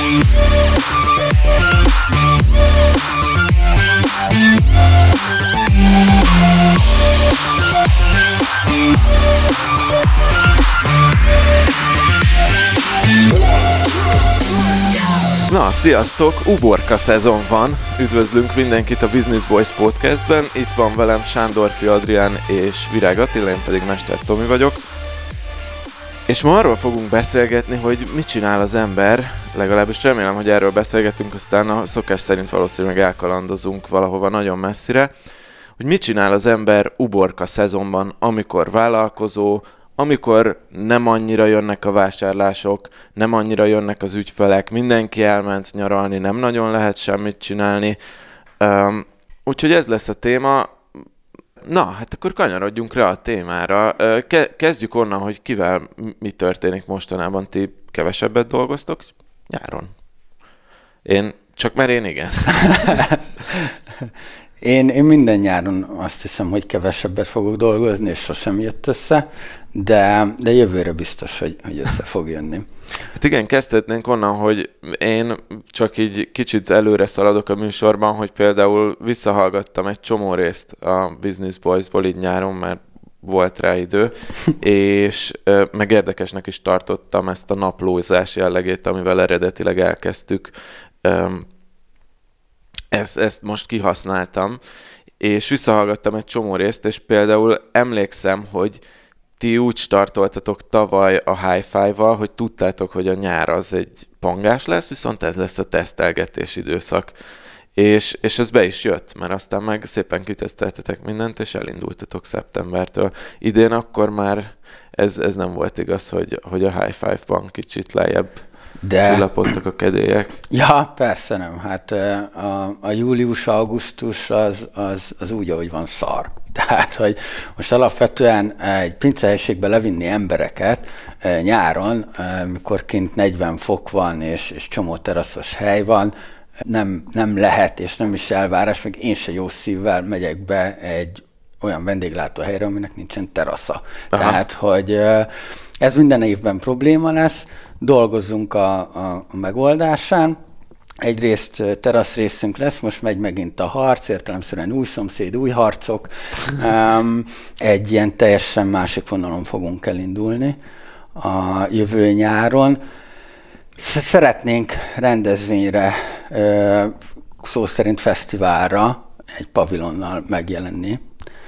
Na, sziasztok! Uborka szezon van. Üdvözlünk mindenkit a Business Boys podcastben. Itt van velem Sándorfi Adrián és Virág Attila, én pedig Mester Tomi vagyok. És ma arról fogunk beszélgetni, hogy mit csinál az ember, legalábbis remélem, hogy erről beszélgetünk, aztán a szokás szerint valószínűleg elkalandozunk valahova nagyon messzire, hogy mit csinál az ember uborka szezonban, amikor vállalkozó, amikor nem annyira jönnek a vásárlások, nem annyira jönnek az ügyfelek, mindenki elment nyaralni, nem nagyon lehet semmit csinálni. Úgyhogy ez lesz a téma. Na, hát akkor kanyarodjunk rá a témára. Kezdjük onnan, hogy kivel mi történik mostanában. Ti kevesebbet dolgoztok nyáron? Én igen. Én minden nyáron azt hiszem, hogy kevesebbet fogok dolgozni, és sosem jött össze, de jövőre biztos, hogy össze fog jönni. Hát igen, kezdhetnénk onnan, hogy én csak így kicsit előre szaladok a műsorban, hogy például visszahallgattam egy csomó részt a Business Boys-ból így nyáron, mert volt rá idő, és meg érdekesnek is tartottam ezt a naplózás jellegét, amivel eredetileg elkezdtük. Ezt most kihasználtam, és visszahallgattam egy csomó részt, és például emlékszem, hogy ti úgy startoltatok tavaly a Hi-Fi-val, hogy tudtátok, hogy a nyár az egy pangás lesz, viszont ez lesz a tesztelgetés időszak. És ez be is jött, mert aztán meg szépen kiteszteltetek mindent, és elindultatok szeptembertől. Idén akkor már ez nem volt igaz, hogy a Hi-Fi-ban kicsit lejjebb csillapodtak a kedélyek. Ja, persze nem. Hát a július-augusztus az úgy, ahogy van, szar. Tehát, hogy most alapvetően egy pincehelyiségbe levinni embereket nyáron, mikor kint 40 fok van, és csomó teraszos hely van, nem lehet, és nem is elvárás, meg én se jó szívvel megyek be egy olyan vendéglátóhelyre, aminek nincsen terasza. Aha. Tehát, hogy ez minden évben probléma lesz, dolgozzunk a megoldásán. Egyrészt terasz részünk lesz, most megy megint a harc, értelemszerűen új szomszéd, új harcok. Egy ilyen teljesen másik vonalon fogunk elindulni a jövő nyáron. Szeretnénk rendezvényre, szó szerint fesztiválra egy pavilonnal megjelenni,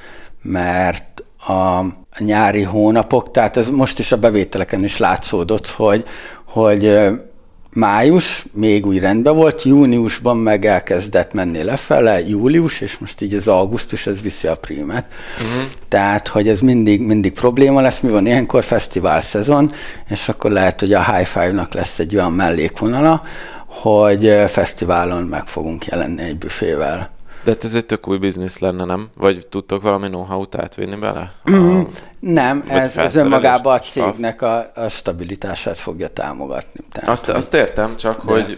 mert a nyári hónapok, tehát ez most is a bevételeken is látszódott, hogy május még úgy rendben volt, júniusban meg elkezdett menni lefele, július, és most így az augusztus, ez viszi a prímet. Tehát, hogy ez mindig probléma lesz, mi van ilyenkor, fesztivál szezon, és akkor lehet, hogy a Hi-Fi-nak lesz egy olyan mellékvonala, hogy fesztiválon meg fogunk jelenni egy büfével. De ez egy tök új biznisz lenne, nem? Vagy tudtok valami know-how-t átvinni bele? Nem, ez önmagában a cégnek a stabilitását fogja támogatni. Tehát, azt értem, csak hogy...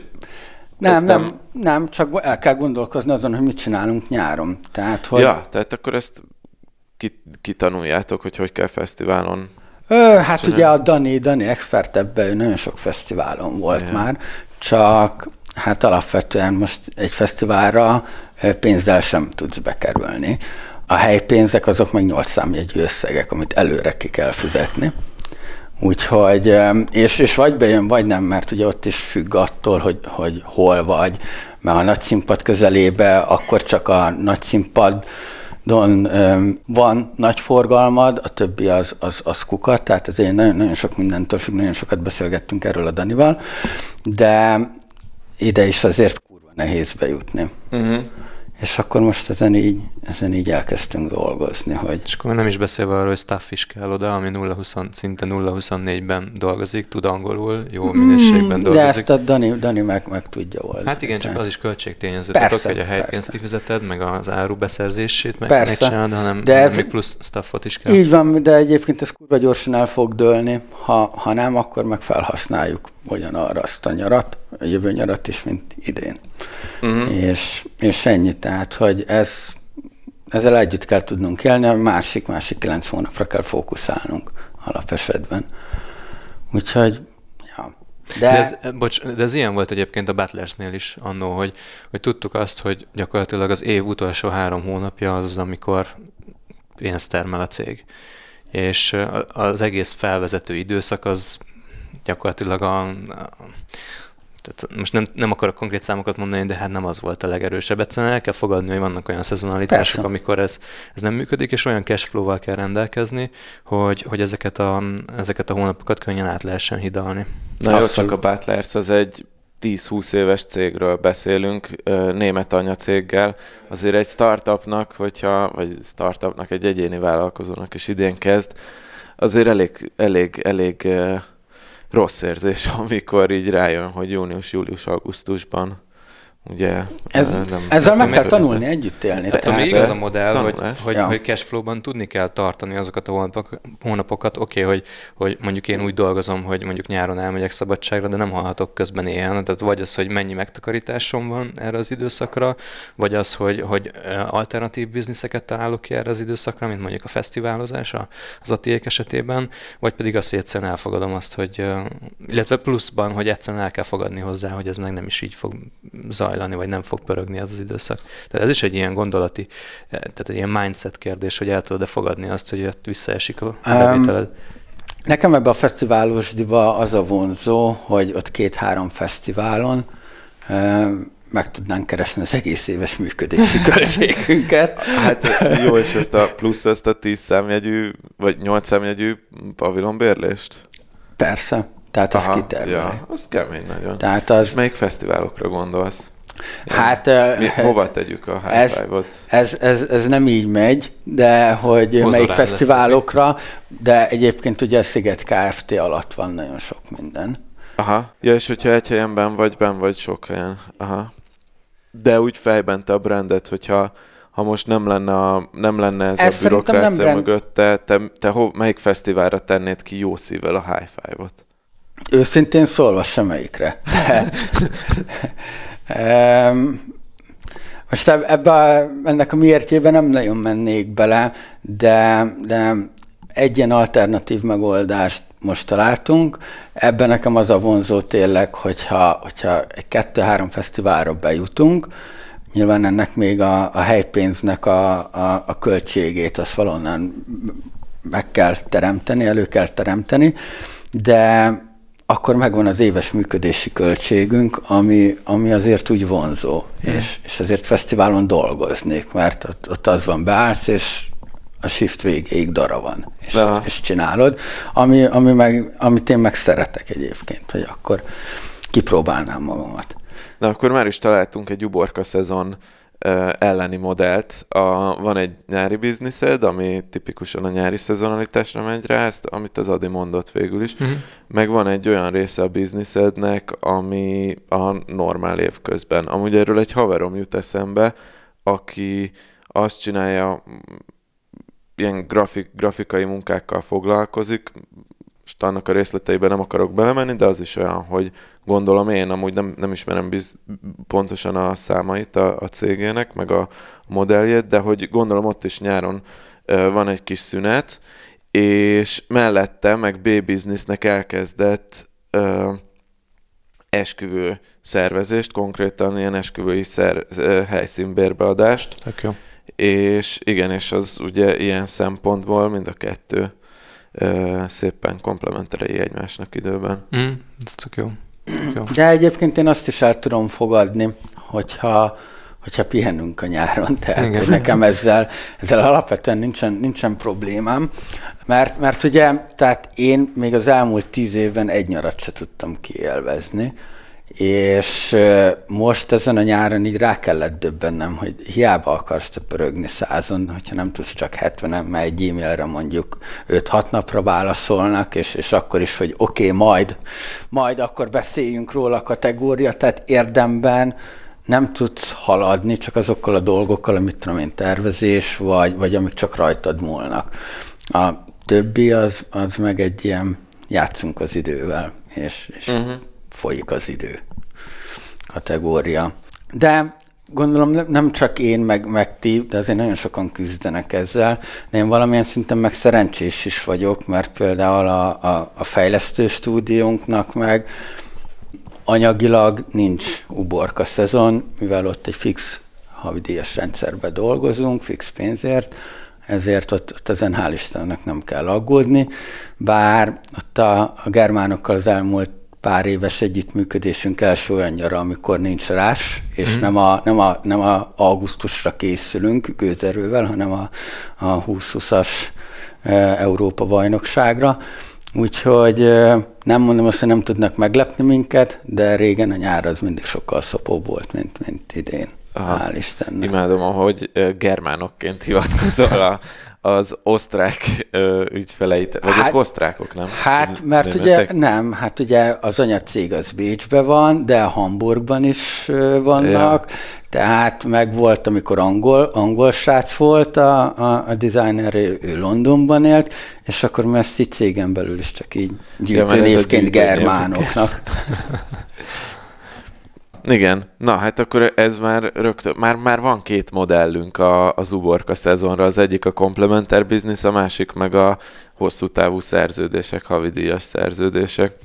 Nem, csak el kell gondolkozni azon, hogy mit csinálunk nyáron. Tehát, hogy... Ja, tehát akkor ezt kitanuljátok, hogy kell fesztiválon hát csinálni. Ugye a Dani expert ebben, ő nagyon sok fesztiválon volt már, csak hát alapvetően most egy fesztiválra pénzzel sem tudsz bekerülni. A helypénzek azok meg 8 számjegyű összegek, amit előre ki kell fizetni. Úgyhogy, és vagy bejön, vagy nem, mert ugye ott is függ attól, hogy hol vagy. Mert a nagyszínpad közelébe, akkor csak a nagyszínpadon van nagy forgalmad, a többi az kukat, tehát ezért nagyon sok mindentől függ, nagyon sokat beszélgettünk erről a Danival, de ide is azért kurva nehéz bejutni. És akkor most ezen így elkezdtünk dolgozni. És akkor nem is beszélve arról, hogy staff is kell oda, ami szinte 0-24-ben dolgozik, tud angolul, jó minőségben dolgozik. De ezt a Dani meg tudja oldani. Hát igen, csak az is költségtényező. Tehát hogy a helypénzt kifizeted, meg az áru beszerzését meg megcsinálod, hanem még plusz staffot is kell. Így van, de egyébként ez kurva gyorsan el fog dőlni. Ha nem, akkor meg felhasználjuk ugyanarra azt a nyarat, a jövő nyarat is, mint idén. És ennyi, tehát, hogy ezzel együtt kell tudnunk élni, a másik 9 hónapra kell fókuszálnunk alapesetben. Úgyhogy, ja. De ez ilyen volt egyébként a Butlersnél is annó, hogy tudtuk azt, hogy gyakorlatilag az év utolsó 3 hónapja az, amikor pénzt termel a cég. És az egész felvezető időszak az gyakorlatilag tehát most nem akarok konkrét számokat mondani, de hát nem az volt a legerősebb. Egyszerűen el kell fogadni, hogy vannak olyan szezonalitások, persze, amikor ez nem működik, és olyan cashflow-val kell rendelkezni, hogy ezeket a hónapokat könnyen át lehessen hidalni. Na jó, csak a Butlers az egy 10-20 éves cégről beszélünk, német anyacéggel. Azért egy startupnak, vagy startupnak, egy egyéni vállalkozónak is idén kezd, azért elég rossz érzés, amikor így rájön, hogy június, július, augusztusban ugye... Ezzel meg kell tanulni, együtt élni. Tehát még igaz a modell, hogy cashflow-ban tudni kell tartani azokat a hónapokat. Oké, hogy mondjuk én úgy dolgozom, hogy mondjuk nyáron elmegyek szabadságra, de nem hallhatok közben éjjel. Tehát vagy az, hogy mennyi megtakarításom van erre az időszakra, vagy az, hogy alternatív bizniszeket találok ki erre az időszakra, mint mondjuk a fesztiválozás az ATI-ek esetében, vagy pedig az, hogy egyszerűen elfogadom azt, hogy illetve pluszban, hogy egyszerűen el kell fogadni hozzá, hogy ez meg nem is így fog zajlani, vagy nem fog pörögni az időszak. Tehát ez is egy ilyen gondolati, tehát egy ilyen mindset kérdés, hogy el tudod-e fogadni azt, hogy ott visszaesik a bevételed. Nekem ebben a fesztiválosdiba az a vonzó, hogy ott 2-3 fesztiválon meg tudnánk keresni az egész éves működési költségünket. Hát jó, és ezt a 10 számjegyű, vagy 8 számjegyű pavilonbérlést? Persze. Tehát az kitermeli. Ja, az kemény nagyon. Tehát az... És melyik fesztiválokra gondolsz? Hát... hova tegyük a high five-ot? Ez nem így megy, de hogy melyik fesztiválokra, de egyébként ugye a Sziget Kft. Alatt van nagyon sok minden. Aha. Ja, és hogyha egy helyen benn vagy sok helyen. Aha. De úgy fejben te a brandet, hogyha most nem lenne ez a bürokrácia mögött, te melyik fesztiválra tennéd ki jó szívvel a high five-ot? Őszintén szólva semmelyikre. Most ennek a miértjében nem nagyon mennék bele, de egy ilyen alternatív megoldást most találtunk. Ebben nekem az a vonzó tényleg, hogyha egy 2-3 fesztiválra bejutunk, nyilván ennek még a helypénznek a költségét, azt valahonnan meg kell teremteni, elő kell teremteni, de akkor megvan az éves működési költségünk, ami azért úgy vonzó, és azért fesztiválon dolgoznék, mert ott az van, beállsz, és a shift végéig dara van, és csinálod, amit én meg szeretek egyébként, hogy akkor kipróbálnám magamat. Na akkor már is találtunk egy uborka szezon elleni modellt. Van egy nyári bizniszed, ami tipikusan a nyári szezonalitásra megy rá, amit az Adi mondott végül is. Meg van egy olyan része a bizniszednek, ami a normál év közben. Amúgy erről egy haverom jut eszembe, aki azt csinálja, ilyen grafikai munkákkal foglalkozik, most annak a részleteiben nem akarok belemenni, de az is olyan, hogy gondolom én, amúgy nem ismerem pontosan a számait a cégének, meg a modelljét, de hogy gondolom ott is nyáron van egy kis szünet, és mellette meg B-businessnek elkezdett esküvő szervezést, konkrétan ilyen esküvői helyszínbérbeadást. Tök jó. És igen, és az ugye ilyen szempontból mind a kettő szépen komplementerei egymásnak időben. Ez tök jó. De egyébként én azt is el tudom fogadni, hogyha pihenünk a nyáron, tehát nekem ezzel alapvetően nincsen problémám, mert ugye, tehát én még az elmúlt 10 évben egy nyarat se tudtam kiélvezni, és most ezen a nyáron így rá kellett döbbennem, hogy hiába akarsz te pörögni 100-on, hogyha nem tudsz csak 70-en, mert egy e-mailre mondjuk 5-6 napra válaszolnak, és akkor is, hogy oké, majd akkor beszéljünk róla a kategória, tehát érdemben nem tudsz haladni csak azokkal a dolgokkal, amit tudom én, tervezés, vagy amik csak rajtad múlnak. A többi az meg egy ilyen játszunk az idővel, és folyik az idő kategória. De gondolom nem csak én, meg ti, de azért nagyon sokan küzdenek ezzel, de én valamilyen szinten meg szerencsés is vagyok, mert például a fejlesztő stúdiónknak meg Anyagilag nincs uborka szezon, mivel ott egy fix havidíjas rendszerben dolgozunk, fix pénzért, ezért ott ezen hál' Istennek nem kell aggódni, bár ott a germánokkal az elmúlt pár éves együttműködésünk első olyan nyara, amikor nincs rás, és nem a augusztusra készülünk gőzerővel, hanem a 2020-as Európa-bajnokságra. Úgyhogy nem mondom azt, hogy nem tudnak meglepni minket, de régen a nyár az mindig sokkal szopóbb volt, mint idén. Hál' Istennek. Imádom, ahogy germánokként hivatkozol az osztrák ügyfeleit, vagy hát, osztrákok, nem? Hát, mert ugye az anyacég az Bécsben van, de Hamburgban is vannak, tehát meg volt, amikor angol srác volt a designer, ő Londonban élt, és akkor mi ezt így cégen belül is csak így gyűjtőnévként germánoknak. Igen, na hát akkor ez már rögtön, már van 2 modellünk az uborka szezonra, az egyik a complementer business, a másik meg a hosszú távú szerződések, havidíjas szerződések.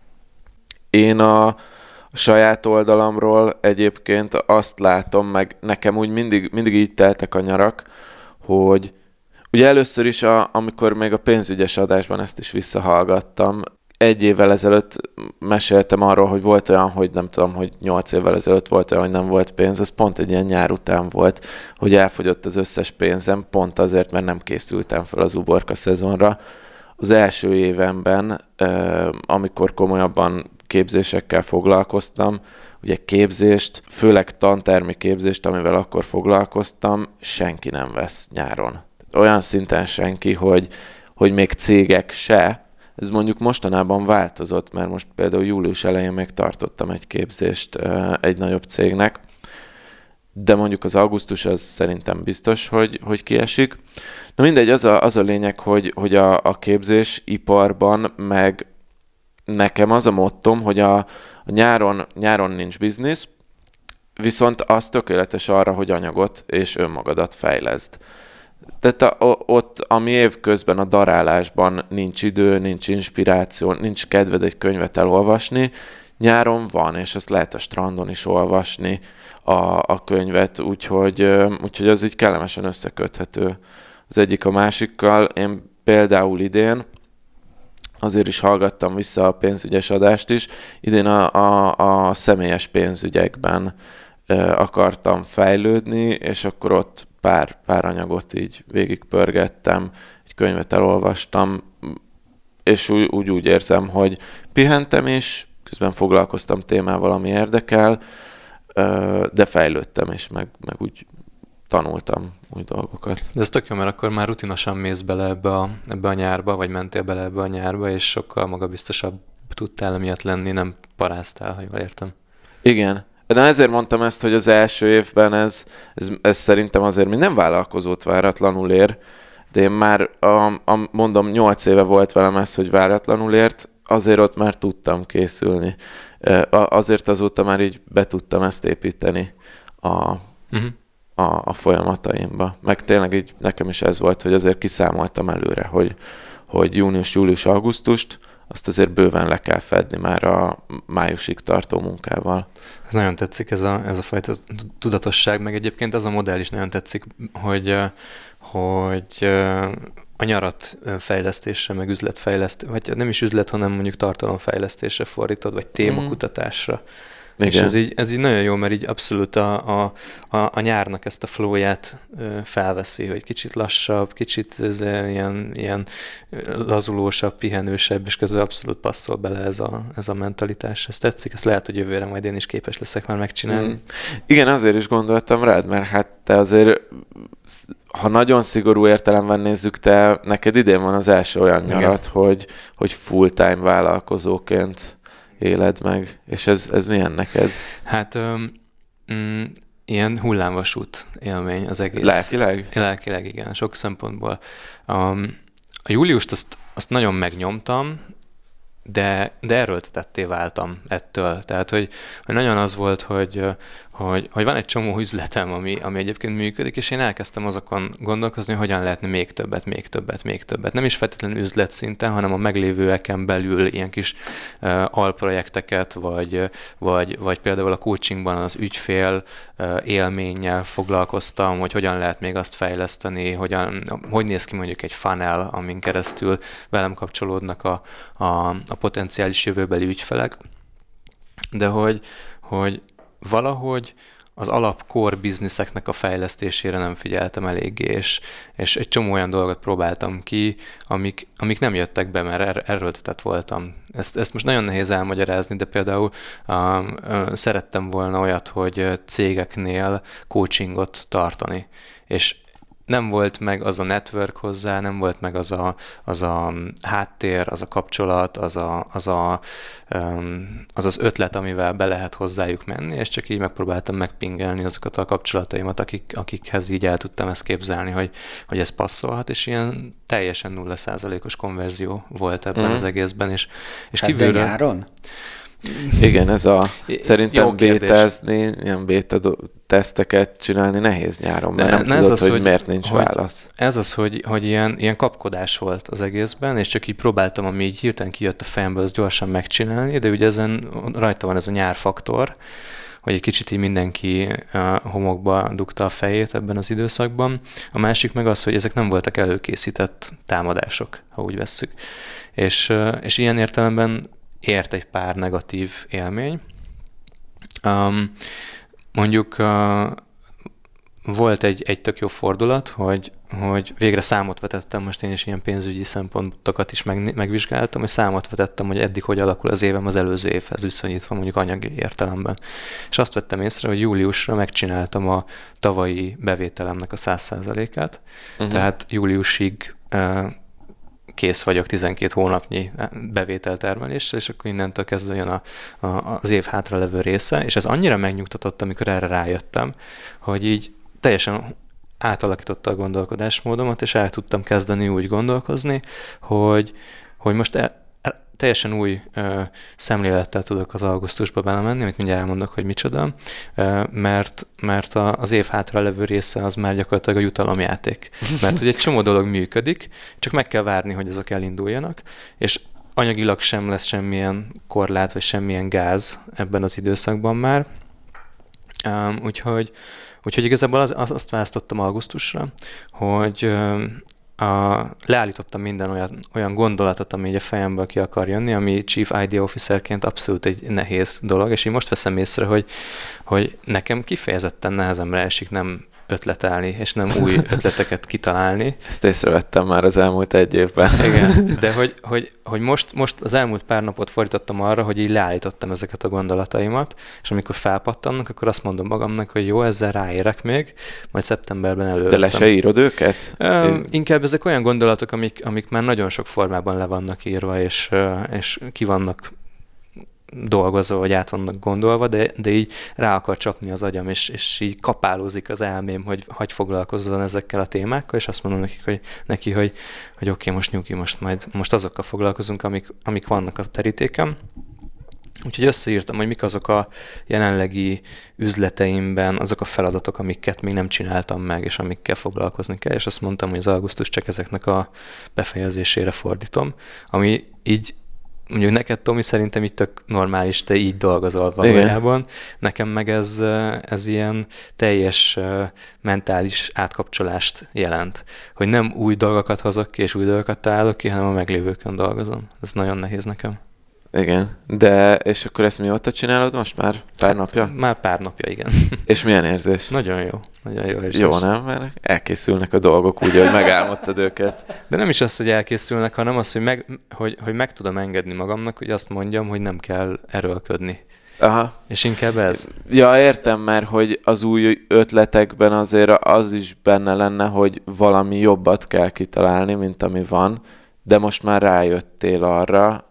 Én a saját oldalamról egyébként azt látom, meg nekem úgy mindig így teltek a nyarak, hogy ugye először is, amikor még a pénzügyes adásban ezt is visszahallgattam, 1 évvel ezelőtt meséltem arról, hogy volt olyan, hogy nem tudom, hogy 8 évvel ezelőtt volt olyan, hogy nem volt pénz, az pont egy ilyen nyár után volt, hogy elfogyott az összes pénzem, pont azért, mert nem készültem fel az uborka szezonra. Az első évemben, amikor komolyabban képzésekkel foglalkoztam, ugye képzést, főleg tantermi képzést, amivel akkor foglalkoztam, senki nem vesz nyáron. Olyan szinten senki, hogy még cégek se. Ez mondjuk mostanában változott, mert most például július elején még tartottam egy képzést egy nagyobb cégnek, de mondjuk az augusztus az szerintem biztos, hogy kiesik. Na mindegy, az a lényeg, hogy a képzésiparban meg nekem az a mottom, hogy a nyáron nincs biznisz, viszont az tökéletes arra, hogy anyagot és önmagadat fejleszd. Tehát ott, ami évközben a darálásban nincs idő, nincs inspiráció, nincs kedved egy könyvet elolvasni, nyáron van, és azt lehet a strandon is olvasni a könyvet, úgyhogy az így kellemesen összeköthető az egyik a másikkal. Én például idén, azért is hallgattam vissza a pénzügyes adást is, idén a személyes pénzügyekben akartam fejlődni, és akkor ott pár anyagot így végigpörgettem, egy könyvet elolvastam, és úgy érzem, hogy pihentem is, közben foglalkoztam témával, ami érdekel, de fejlődtem is, meg úgy tanultam új dolgokat. De ez tök jó, mert akkor már rutinosan mész bele ebbe a nyárba, vagy mentél bele ebbe a nyárba, és sokkal magabiztosabb tudtál emiatt lenni, nem paráztál, ha jól értem. Igen. De ezért mondtam ezt, hogy az első évben ez szerintem azért minden vállalkozót váratlanul ér, de én már mondom 8 éve volt velem ez, hogy váratlanul ért, azért ott már tudtam készülni. Azért azóta már így be tudtam ezt építeni a folyamataimba. Meg tényleg így nekem is ez volt, hogy azért kiszámoltam előre, hogy június, július, augusztust, azt azért bőven le kell fedni már a májusig tartó munkával. Ez nagyon tetszik, ez a fajta tudatosság, meg egyébként az a modell is nagyon tetszik, hogy a nyarat önfejlesztésre, meg üzletfejlesztésre, vagy nem is üzlet, hanem mondjuk tartalomfejlesztésre fordítod, vagy témakutatásra. Igen. És ez így nagyon jó, mert így abszolút a nyárnak ezt a flowját felveszi, hogy kicsit lassabb, kicsit ilyen lazulósabb, pihenősebb, és közben abszolút passzol bele ez a mentalitás. Ez tetszik, ezt lehet, hogy jövőre majd én is képes leszek már megcsinálni. Igen, azért is gondoltam rád, mert hát te azért, ha nagyon szigorú értelemben nézzük, neked idén van az első olyan nyarat, hogy full-time vállalkozóként éled meg, és ez milyen neked? Hát ilyen hullámvasút élmény az egész. Lelkileg? Lelkileg, igen, sok szempontból. A júliust azt nagyon megnyomtam, de erőltetetté váltam ettől. Tehát, hogy nagyon az volt, hogy hogy van egy csomó üzletem, ami egyébként működik, és én elkezdtem azokon gondolkozni, hogy hogyan lehetne még többet. Nem is feltétlenül üzletszinten, hanem a meglévőeken belül ilyen kis alprojekteket, vagy például a coachingban az ügyfél élménnyel foglalkoztam, hogy hogyan lehet még azt fejleszteni, hogy néz ki mondjuk egy funnel, amin keresztül velem kapcsolódnak a potenciális jövőbeli ügyfelek, de hogy valahogy az alap core businesseknek a fejlesztésére nem figyeltem eléggé, és egy csomó olyan dolgot próbáltam ki, amik nem jöttek be, mert erőltetett voltam. Ezt most nagyon nehéz elmagyarázni, de például szerettem volna olyat, hogy cégeknél coachingot tartani, és nem volt meg az a network hozzá, nem volt meg az a háttér, az a kapcsolat, az ötlet, amivel be lehet hozzájuk menni, és csak így megpróbáltam megpingelni azokat a kapcsolataimat, akikhez így el tudtam ezt képzelni, hogy ez passzolhat, és ilyen teljesen 0%-os konverzió volt ebben az egészben, és hát kívülről... de nyáron? Igen, szerintem bétázni, ilyen béta teszteket csinálni nehéz nyáron, mert nem tudod, hogy miért nincs válasz. Ez az, hogy ilyen kapkodás volt az egészben, és csak így próbáltam, ami így hirtelen kijött a fejemből, azt gyorsan megcsinálni, de ugye ezen rajta van ez a nyárfaktor, hogy egy kicsit így mindenki homokba dugta a fejét ebben az időszakban. A másik meg az, hogy ezek nem voltak előkészített támadások, ha úgy vesszük. És ilyen értelemben ért egy pár negatív élmény. Mondjuk volt egy tök jó fordulat, hogy végre számot vetettem, most én is ilyen pénzügyi szempontokat is megvizsgáltam, és számot vetettem, hogy eddig hogy alakul az évem az előző évhez viszonyítva, mondjuk anyagi értelemben. És azt vettem észre, hogy júliusra megcsináltam a tavalyi bevételemnek a 100%-át, tehát júliusig kész vagyok 12 hónapnyi bevételtermeléssel, és akkor innentől kezdve jön az év hátralevő része, és ez annyira megnyugtatott, amikor erre rájöttem, hogy így teljesen átalakította a gondolkodásmódomat, és el tudtam kezdeni úgy gondolkozni, hogy most teljesen új szemlélettel tudok az augusztusba belemenni, amit mindjárt elmondok, hogy micsoda, mert az év hátra levő része az már gyakorlatilag a jutalomjáték. Mert hogy egy csomó dolog működik, csak meg kell várni, hogy azok elinduljanak, és anyagilag sem lesz semmilyen korlát, vagy semmilyen gáz ebben az időszakban már. Úgyhogy igazából azt választottam augusztusra, hogy leállítottam minden olyan gondolatot, ami így a fejemből ki akar jönni, ami Chief Idea Officerként abszolút egy nehéz dolog, és én most veszem észre, hogy nekem kifejezetten nehezemre esik nem ötletelni, és nem új ötleteket kitalálni. Ezt észrevettem már az elmúlt egy évben. Igen, de hogy most az elmúlt pár napot fordítottam arra, hogy így leállítottam ezeket a gondolataimat, és amikor felpattannak, akkor azt mondom magamnak, hogy jó, ezzel ráérek még, majd szeptemberben előveszem. De le se írod őket? Inkább ezek olyan gondolatok, amik már nagyon sok formában le vannak írva, és ki vannak dolgozva, vagy át vannak gondolva, de így rá akar csapni az agyam, és így kapálózik az elmém, hogy foglalkozzon ezekkel a témákkal, és azt mondom neki, hogy oké, most nyugi, most azokkal foglalkozunk, amik vannak a terítéken. Úgyhogy összeírtam, hogy mik azok a jelenlegi üzleteimben, azok a feladatok, amiket még nem csináltam meg, és amikkel foglalkozni kell, és azt mondtam, hogy az augusztus csak ezeknek a befejezésére fordítom, ami így mondjuk neked, Tomi, szerintem így tök normális, te így dolgozol valójában. Igen. Nekem meg ez ilyen teljes mentális átkapcsolást jelent. Hogy nem új dolgokat hozok ki, és új dolgokat találok ki, hanem a meglévőkön dolgozom. Ez nagyon nehéz nekem. Igen, és akkor ezt mióta csinálod most már? Pár napja? Már pár napja, igen. És milyen érzés? Nagyon jó érzés. Jó, nem? Mert elkészülnek a dolgok úgy, hogy megálmodtad őket. De nem is az, hogy elkészülnek, hanem az, hogy meg tudom engedni magamnak, hogy azt mondjam, hogy nem kell erőlködni. Aha. És inkább ez. Ja, értem, mert hogy az új ötletekben azért az is benne lenne, hogy valami jobbat kell kitalálni, mint ami van, de most már rájöttél arra,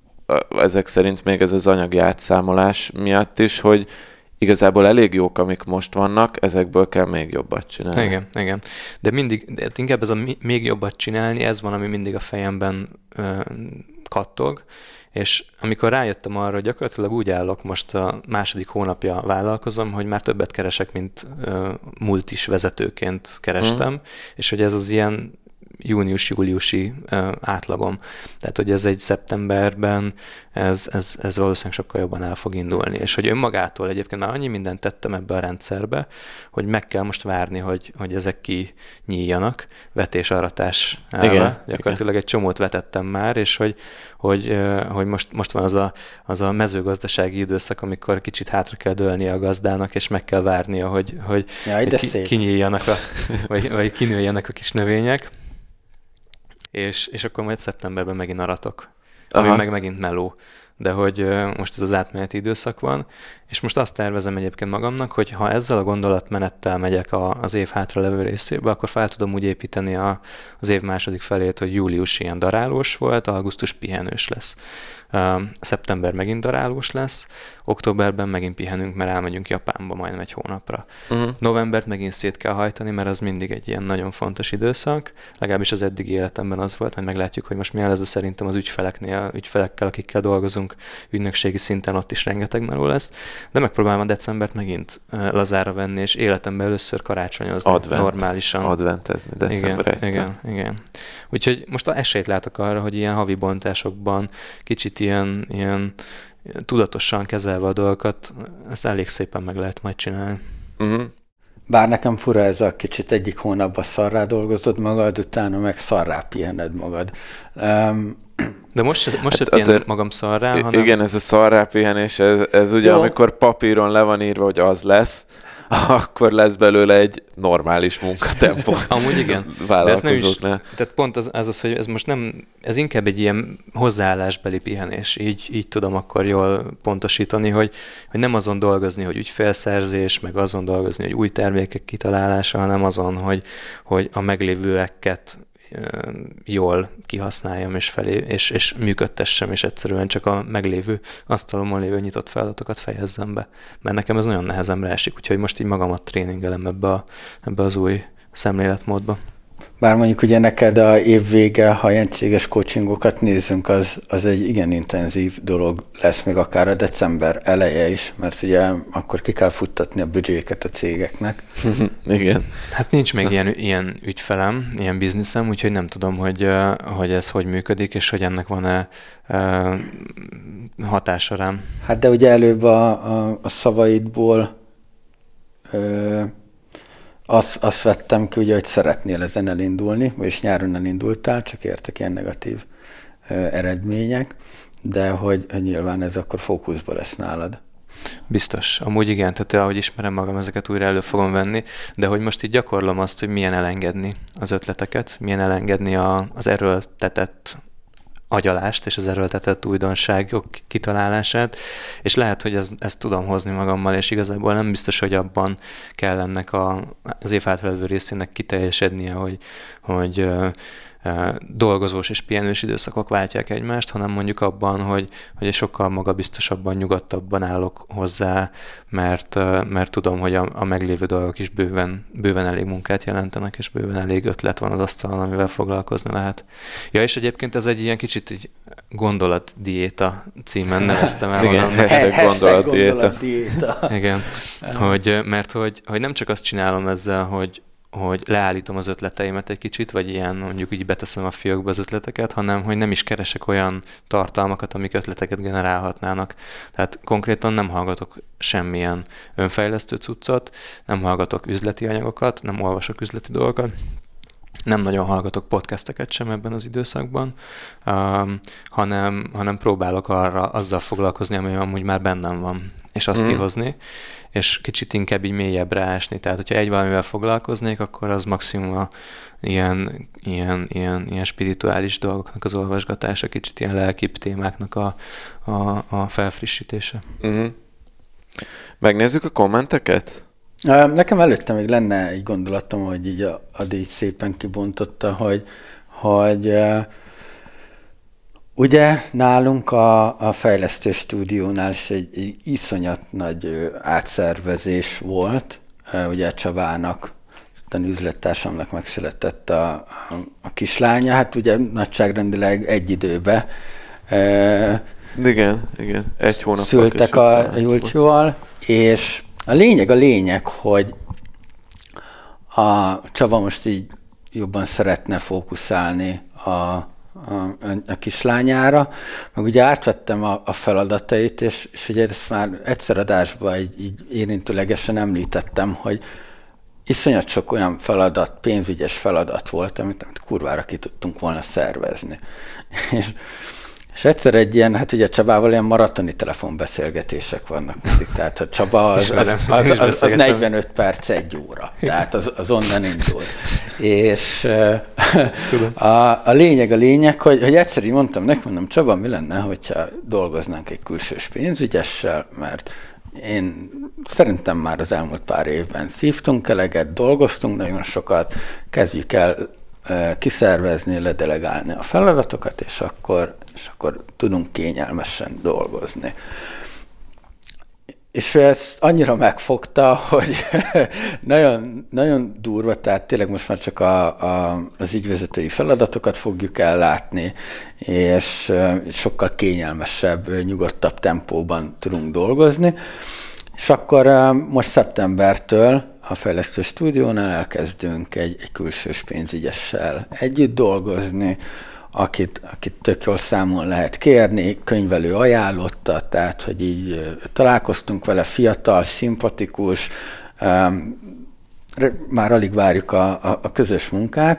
ezek szerint még ez az anyagi átszámolás miatt is, hogy igazából elég jók, amik most vannak, ezekből kell még jobbat csinálni. Igen. De inkább ez a még jobbat csinálni, ez van, ami mindig a fejemben kattog, és amikor rájöttem arra, hogy gyakorlatilag úgy állok, most a második hónapja vállalkozom, hogy már többet keresek, mint multis vezetőként kerestem, és hogy ez az ilyen június-júliusi átlagom. Tehát, hogy ez egy szeptemberben, ez valószínűleg sokkal jobban el fog indulni. És hogy önmagától egyébként már annyi mindent tettem ebbe a rendszerbe, hogy meg kell most várni, hogy ezek kinyíljanak, vetés-aratás elve. Gyakorlatilag egy csomót vetettem már, és hogy most van az a mezőgazdasági időszak, amikor kicsit hátra kell dőlnie a gazdának, és meg kell várnia, hogy kinyíljanak, vagy kinőjenek a kis növények. És akkor majd szeptemberben megint aratok, ami meg megint meló. De hogy most ez az átmeneti időszak van, és most azt tervezem egyébként magamnak, hogy ha ezzel a gondolatmenettel megyek az év hátralevő részébe, akkor fel tudom úgy építeni az év második felét, hogy július ilyen darálós volt, augusztus pihenős lesz. Szeptember megint darálós lesz, októberben megint pihenünk, mert elmegyünk Japánba majdnem egy hónapra. Novembert megint szét kell hajtani, mert az mindig egy ilyen nagyon fontos időszak, legalábbis az eddigi életemben az volt, majd meglátjuk, hogy most milyen lesz, szerintem az ügyfelekkel, akikkel dolgozunk ügynökségi szinten, ott is rengeteg meló lesz, de megpróbálom a decembert megint lazára venni, és életemben először karácsonyozni normálisan. Adventezni december 1-től. Igen. Úgyhogy most esélyt látok arra, hogy ilyen havi bontásokban kicsit ilyen tudatosan kezelve a dolgokat, ezt elég szépen meg lehet majd csinálni. Bár nekem fura ez a kicsit egyik hónapban szarrá dolgozod magad, utána meg szarrá pihened magad. De most se pihenem magam szarrá, hanem... Igen, ez a szarrá pihenés, ez ugye amikor papíron le van írva, hogy az lesz, akkor lesz belőle egy normális munkatempó. Amúgy igen, de ez nem is, tehát pont az, hogy ez most nem, ez inkább egy ilyen hozzáállásbeli pihenés, így tudom akkor jól pontosítani, hogy nem azon dolgozni, hogy ügyfélszerzés, meg azon dolgozni, hogy új termékek kitalálása, hanem azon, hogy a meglévőeket jól kihasználjam és működtessem, és egyszerűen csak a meglévő asztalomon lévő nyitott feladatokat fejezzem be. Mert nekem ez nagyon nehezemre esik, úgyhogy most így magamat tréningelem ebbe az új szemléletmódba. Bár mondjuk ugye neked a év vége, ha ilyen céges coachingokat nézzünk, az egy igen intenzív dolog lesz, még akár a december eleje is, mert ugye akkor ki kell futtatni a büdzséket a cégeknek. Igen. Hát nincs még ilyen ügyfelem, ilyen bizniszem, úgyhogy nem tudom, hogy ez hogy működik, és hogy ennek van-e hatása rám. Hát de ugye előbb a szavaidból azt vettem ki, ugye, hogy szeretnél ezen elindulni, vagyis nyáron elindultál, csak értek ilyen negatív eredmények, de hogy nyilván ez akkor fókuszba lesz nálad. Biztos. Amúgy igen, tehát ahogy ismerem magam, ezeket újra elő fogom venni, de hogy most így gyakorlom azt, hogy milyen elengedni az ötleteket, milyen elengedni az erőltetett agyalást és az erőltetett újdonságok kitalálását, és lehet, hogy ezt tudom hozni magammal, és igazából nem biztos, hogy abban kell ennek az év hátralévő részének kiteljesednie, hogy dolgozós és pihenős időszakok váltják egymást, hanem mondjuk abban, hogy sokkal magabiztosabban, nyugodtabban állok hozzá, mert tudom, hogy a meglévő dolgok is bőven elég munkát jelentenek, és bőven elég ötlet van az asztalon, amivel foglalkozni lehet. Ja, és egyébként ez egy ilyen kicsit egy gondolatdiéta címen neveztem el. Igen, gondolatdiéta. Igen, mert hogy nem csak azt csinálom ezzel, hogy leállítom az ötleteimet egy kicsit, vagy ilyen mondjuk így beteszem a fiókba az ötleteket, hanem hogy nem is keresek olyan tartalmakat, amik ötleteket generálhatnának. Tehát konkrétan nem hallgatok semmilyen önfejlesztő cuccot, nem hallgatok üzleti anyagokat, nem olvasok üzleti dolgokat, nem nagyon hallgatok podcasteket sem ebben az időszakban, hanem próbálok azzal foglalkozni, ami amúgy már bennem van, és azt kihozni, és kicsit inkább így mélyebbre ásni. Tehát, hogyha egy valamivel foglalkoznék, akkor az maximum ilyen spirituális dolgoknak az olvasgatása, kicsit ilyen lelkibb témáknak a felfrissítése. Megnézzük a kommenteket? Nekem előtte még lenne egy gondolatom, hogy így Adi szépen kibontotta, hogy ugye nálunk a fejlesztő stúdiónál is egy iszonyat nagy átszervezés volt. Ugye Csabának, a üzlettársamnak megszületett a kislánya, hát ugye nagyságrendileg egy időben Igen. Egy hónap szültek a Julcsival, és a lényeg, hogy a Csaba most így jobban szeretne fókuszálni a kislányára, meg ugye átvettem a feladatait, és ugye ezt már egyszer adásban így érintőlegesen említettem, hogy iszonyat sok olyan feladat, pénzügyes feladat volt, amit kurvára ki tudtunk volna szervezni. És egyszer egy ilyen, hát ugye Csabával ilyen maratoni telefonbeszélgetések vannak mindig, tehát a Csaba az 45 perc, 1 óra, tehát az onnan indul. És a lényeg, hogy egyszer így mondtam, Csaba, mi lenne, hogyha dolgoznánk egy külsős pénzügyessel, mert én szerintem már az elmúlt pár évben szívtunk eleget, dolgoztunk nagyon sokat, kezdjük el kiszervezni, ledelegálni a feladatokat, és akkor tudunk kényelmesen dolgozni. És ezt annyira megfogta, hogy nagyon, nagyon durva, tehát tényleg most már csak az ügyvezetői feladatokat fogjuk ellátni, és sokkal kényelmesebb, nyugodtabb tempóban tudunk dolgozni. És akkor most szeptembertől a fejlesztő stúdiónál elkezdünk egy külsős pénzügyessel együtt dolgozni, akit tök jól számon lehet kérni, könyvelő ajánlotta, tehát hogy így találkoztunk vele, fiatal, szimpatikus, már alig várjuk a közös munkát,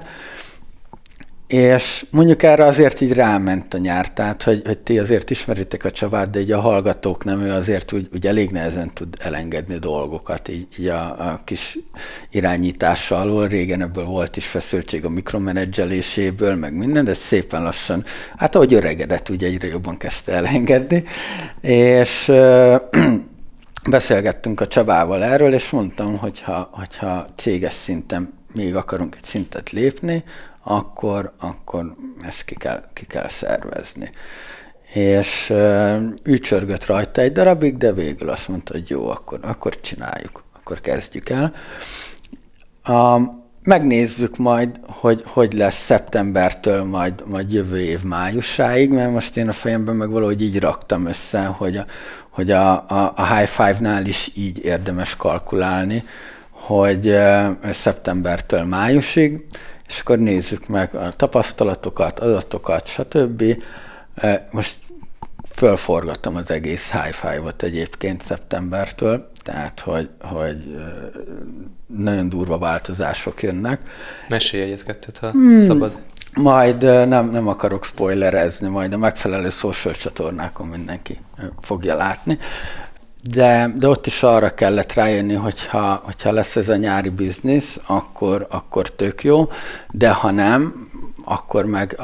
és mondjuk erre azért így ráment a nyár, tehát hogy ti azért ismeritek a Csabát, de így a hallgatók nem, ő azért úgy elég nehezen tud elengedni dolgokat, így a kis irányítása alól. Régen ebből volt is feszültség a mikromenedzseléséből, meg minden, de szépen lassan, hát ahogy öregedett, ugye egyre jobban kezdte elengedni, és beszélgettünk a Csabával erről, és mondtam, hogyha céges szinten még akarunk egy szintet lépni, akkor ezt ki kell szervezni. És ücsörgött rajta egy darabig, de végül azt mondta, hogy jó, akkor csináljuk, akkor kezdjük el. Megnézzük majd, hogy lesz szeptembertől majd jövő év májusáig, mert most én a fejemben meg valahogy így raktam össze, hogy a High Five-nál is így érdemes kalkulálni, hogy szeptembertől májusig, és akkor nézzük meg a tapasztalatokat, adatokat, stb. Most fölforgattam az egész High Five-ot egyébként szeptembertől, tehát hogy nagyon durva változások jönnek. Mesélj egyet-kettőt, ha szabad. Majd nem akarok spoilerezni, majd a megfelelő social csatornákon mindenki fogja látni. De ott is arra kellett rájönni, hogyha lesz ez a nyári biznisz, akkor tök jó, de ha nem, akkor meg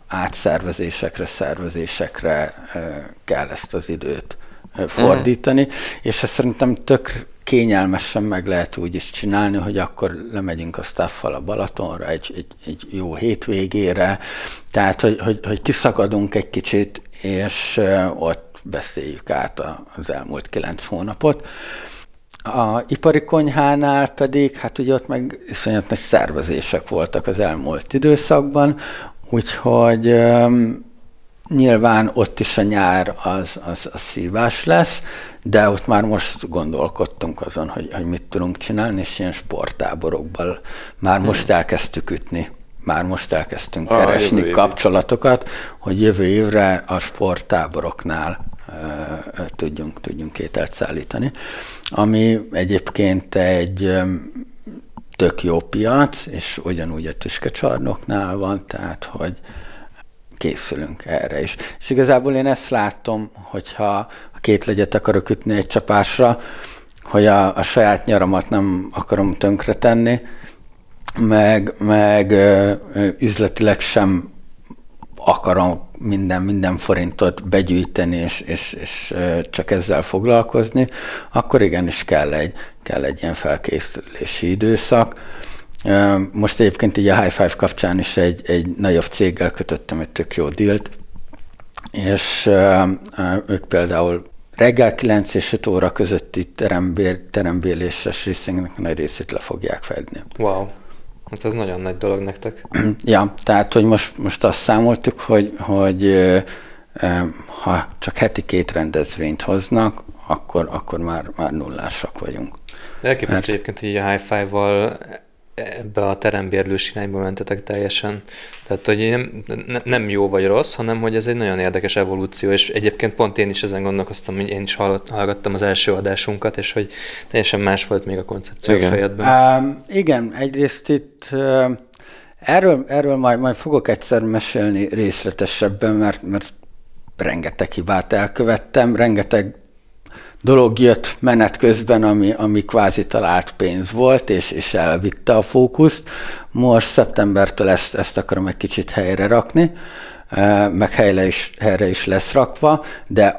szervezésekre kell ezt az időt fordítani, és ezt szerintem tök kényelmesen meg lehet úgy is csinálni, hogy akkor lemegyünk a staffal a Balatonra egy jó hétvégére, tehát hogy kiszakadunk egy kicsit, és ott beszéljük át az elmúlt 9 hónapot. A ipari konyhánál pedig, hát ugye ott meg iszonyat nagy szervezések voltak az elmúlt időszakban, úgyhogy nyilván ott is a nyár az szívás lesz, de ott már most gondolkodtunk azon, hogy mit tudunk csinálni, és ilyen sporttáborokban már most elkezdtük ütni. Már most elkezdtünk keresni kapcsolatokat, hogy jövő évre a sporttáboroknál tudjunk ételt szállítani. Ami egyébként egy tök jó piac, és ugyanúgy a Tüskecsarnoknál van, tehát hogy készülünk erre is. És igazából én ezt látom, hogyha 2 legyet akarok ütni egy csapásra, hogy a saját nyaramat nem akarom tönkretenni, meg üzletileg sem akarom minden forintot begyűjteni, és csak ezzel foglalkozni, akkor igenis kell egy ilyen felkészülési időszak. Most egyébként így a High Five kapcsán is egy nagyobb céggel kötöttem egy tök jó dílt, és ők például reggel 9 és 5 óra közötti terembéléses részünknek a nagy részét le fogják fedni. Wow. Hát ez nagyon nagy dolog nektek. Ja, tehát, hogy most azt számoltuk, hogy ha csak heti 2 rendezvényt hoznak, akkor már nullásak vagyunk. De elképesztő egyébként, hogy a Hi-Fi-val ebbe a terembérlős irányba mentetek teljesen. Tehát, hogy nem jó vagy rossz, hanem hogy ez egy nagyon érdekes evolúció, és egyébként pont én is ezen gondolkoztam, hogy én is hallgattam az első adásunkat, és hogy teljesen más volt még a koncepció a fejedben. Igen, egyrészt itt erről majd fogok egyszer mesélni részletesebben, mert rengeteg hibát elkövettem, rengeteg dolog jött menet közben, ami kvázi talált pénz volt, és elvitte a fókuszt. Most szeptembertől ezt akarom egy kicsit helyre rakni, meg helyre is lesz rakva, de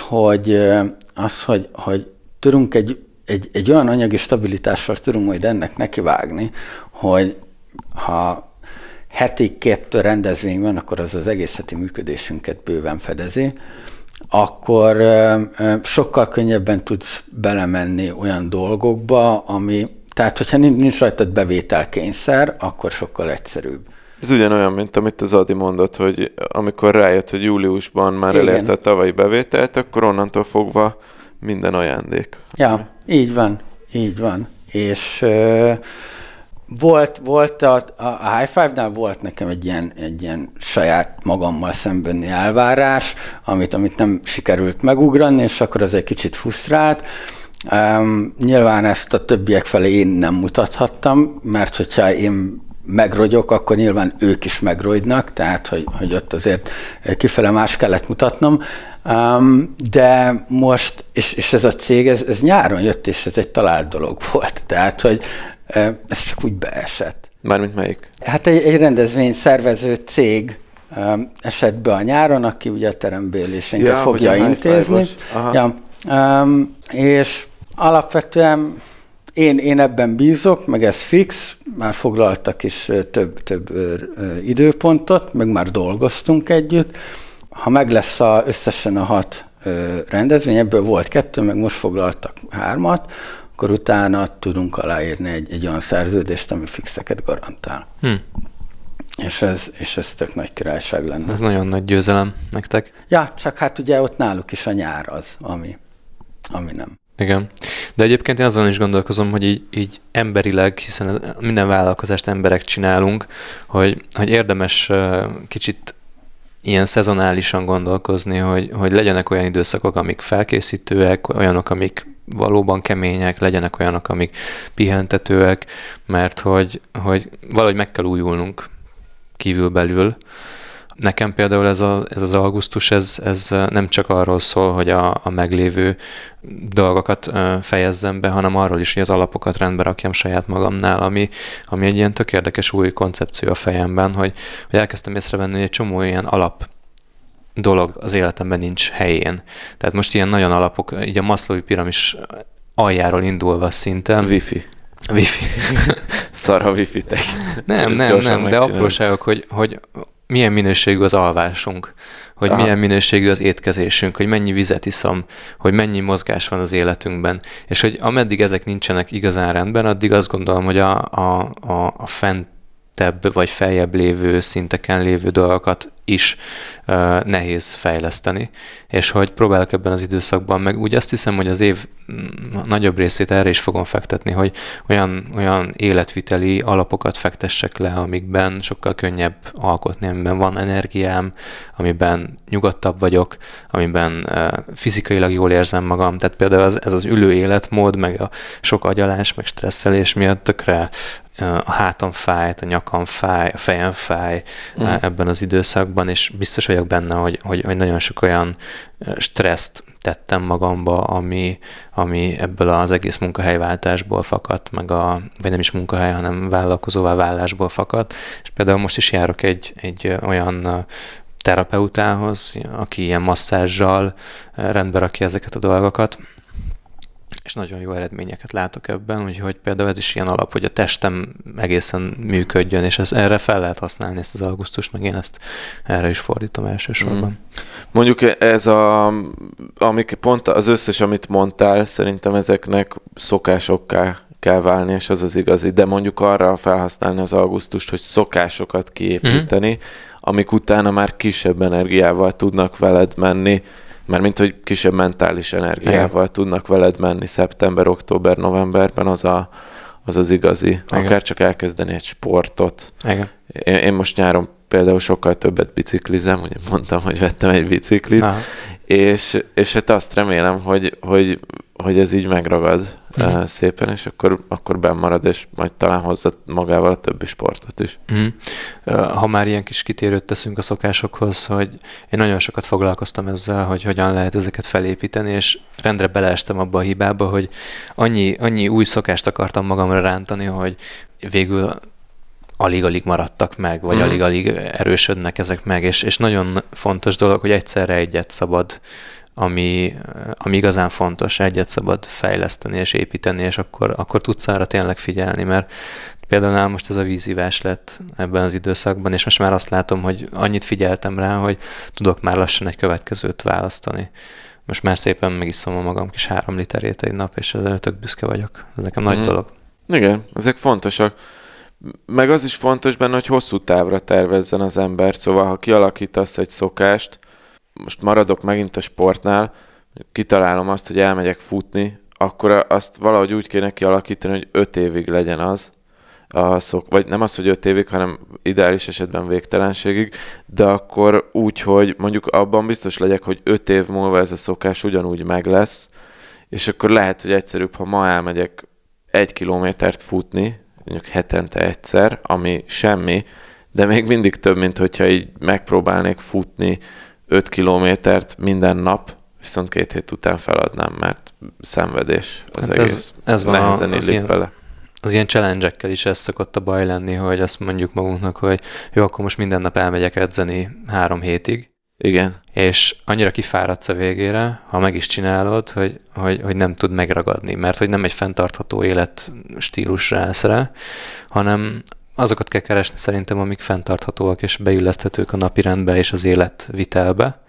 hogy tudunk egy olyan anyagi stabilitással tudunk majd ennek nekivágni, hogy ha heti 2 rendezvény van, akkor az egész heti működésünket bőven fedezi, akkor sokkal könnyebben tudsz belemenni olyan dolgokba, tehát hogyha nincs rajtad bevételkényszer, akkor sokkal egyszerűbb. Ez ugyanolyan, mint amit az Adi mondott, hogy amikor rájött, hogy júliusban már elérte a tavalyi bevételt, akkor onnantól fogva minden ajándék. Ja, így van. És volt a High Five-nál volt nekem egy ilyen saját magammal szembeni elvárás, amit nem sikerült megugrani, és akkor az egy kicsit frusztrált. Nyilván ezt a többiek felé én nem mutathattam, mert hogyha én megrogyok, akkor nyilván ők is megrogynak, tehát hogy ott azért kifele más kellett mutatnom. De most, és ez a cég, ez nyáron jött, és ez egy talált dolog volt, tehát hogy ez csak úgy beesett. Mármint melyik? Hát egy rendezvény szervező cég esett be a nyáron, aki ugye a terembérlésünket fogja intézni. És alapvetően én ebben bízok, meg ez fix, már foglaltak is több időpontot, meg már dolgoztunk együtt. Ha meg lesz összesen a 6 rendezvény, ebből volt 2, meg most foglaltak 3-at, akkor utána tudunk aláírni egy olyan szerződést, ami fixeket garantál. És ez tök nagy királyság lenne. Ez nagyon nagy győzelem nektek. Ja, csak hát ugye ott náluk is a nyár az, ami nem. Igen. De egyébként én azon is gondolkozom, hogy így emberileg, hiszen minden vállalkozást emberek csinálunk, hogy érdemes kicsit ilyen szezonálisan gondolkozni, hogy legyenek olyan időszakok, amik felkészítőek, olyanok, amik valóban kemények, legyenek olyanok, amik pihentetőek, mert hogy valahogy meg kell újulnunk kívülbelül. Nekem például ez az augusztus, ez nem csak arról szól, hogy a meglévő dolgokat fejezzem be, hanem arról is, hogy az alapokat rendbe rakjam saját magamnál, ami egy ilyen tök érdekes új koncepció a fejemben, hogy elkezdtem észrevenni, hogy egy csomó ilyen alap dolog az életemben nincs helyén. Tehát most ilyen nagyon alapok, így a Maslowi piramis aljáról indulva szinten. Wifi. Szar a wifi-tek. Nem, de apróságok, hogy milyen minőségű az alvásunk, hogy milyen minőségű az étkezésünk, hogy mennyi vizet iszom, hogy mennyi mozgás van az életünkben. És hogy ameddig ezek nincsenek igazán rendben, addig azt gondolom, hogy a fentebb vagy feljebb lévő szinteken lévő dolgokat is nehéz fejleszteni. És hogy próbálok ebben az időszakban, meg úgy azt hiszem, hogy az év nagyobb részét erre is fogom fektetni, hogy olyan életviteli alapokat fektessek le, amikben sokkal könnyebb alkotni, amiben van energiám, amiben nyugodtabb vagyok, amiben fizikailag jól érzem magam. Tehát például ez az ülő életmód, meg a sok agyalás, meg stresszelés miatt tökre a hátam fáj, a nyakam fáj, a fejem fáj ebben az időszakban, és biztos vagyok benne, hogy nagyon sok olyan stresszt tettem magamba, ami ebből az egész munkahelyváltásból fakadt, vagy nem is munkahely, hanem vállalkozóvá válásból fakadt. És például most is járok egy olyan terapeutához, aki ilyen masszázsal rendbe rakja ezeket a dolgokat, és nagyon jó eredményeket látok ebben, úgyhogy például ez is ilyen alap, hogy a testem egészen működjön, és erre fel lehet használni ezt az augusztust, meg én ezt erre is fordítom elsősorban. Mondjuk pont az összes, amit mondtál, szerintem ezeknek szokásokká kell válni, és az az igazi, de mondjuk arra felhasználni az augusztust, hogy szokásokat kiépíteni, amik utána már kisebb energiával tudnak veled menni, mármint, hogy kisebb mentális energiával tudnak veled menni szeptember, október, novemberben, az igazi. Igen. Akár csak elkezdeni egy sportot. Igen. Én most nyáron például sokkal többet biciklizem, ugye mondtam, hogy vettem egy biciklit, és hát azt remélem, hogy ez így megragad szépen, és akkor benn marad, és majd talán hozza magával a többi sportot is. Ha már ilyen kis kitérőt teszünk a szokásokhoz, hogy én nagyon sokat foglalkoztam ezzel, hogy hogyan lehet ezeket felépíteni, és rendre beleestem abba a hibába, hogy annyi új szokást akartam magamra rántani, hogy végül alig-alig maradtak meg, vagy alig-alig erősödnek ezek meg, és nagyon fontos dolog, hogy egyszerre egyet szabad, ami igazán fontos, egyet szabad fejleszteni és építeni, és akkor tudsz arra tényleg figyelni, mert például most ez a vízivás lett ebben az időszakban, és most már azt látom, hogy annyit figyeltem rá, hogy tudok már lassan egy következőt választani. Most már szépen megiszom a magam kis 3 literét egy nap, és ezzel tök büszke vagyok. Ez nekem nagy dolog. Igen, ezek fontosak. Meg az is fontos benne, hogy hosszú távra tervezzen az ember, szóval ha kialakítasz egy szokást, most maradok megint a sportnál, kitalálom azt, hogy elmegyek futni, akkor azt valahogy úgy kéne kialakítani, hogy 5 évig legyen az, vagy nem az, hogy 5 évig, hanem ideális esetben végtelenségig, de akkor úgy, hogy mondjuk abban biztos legyek, hogy 5 év múlva ez a szokás ugyanúgy meg lesz, és akkor lehet, hogy egyszerűbb, ha ma elmegyek 1 kilométert futni, mondjuk hetente egyszer, ami semmi, de még mindig több, mint hogyha így megpróbálnék futni 5 kilométert minden nap, viszont 2 hét után feladnám, mert szenvedés az hát egész. Ez van nehezen illik bele. Az ilyen challenge-ekkel is ez szokott a baj lenni, hogy azt mondjuk magunknak, hogy jó, akkor most minden nap elmegyek edzeni 3 hétig. Igen. És annyira kifáradsz a végére, ha meg is csinálod, hogy nem tud megragadni, mert hogy nem egy fenntartható életstílusra állsz rá, hanem azokat kell keresni szerintem, amik fenntarthatóak és beilleszthetők a napirendbe és az életvitelbe.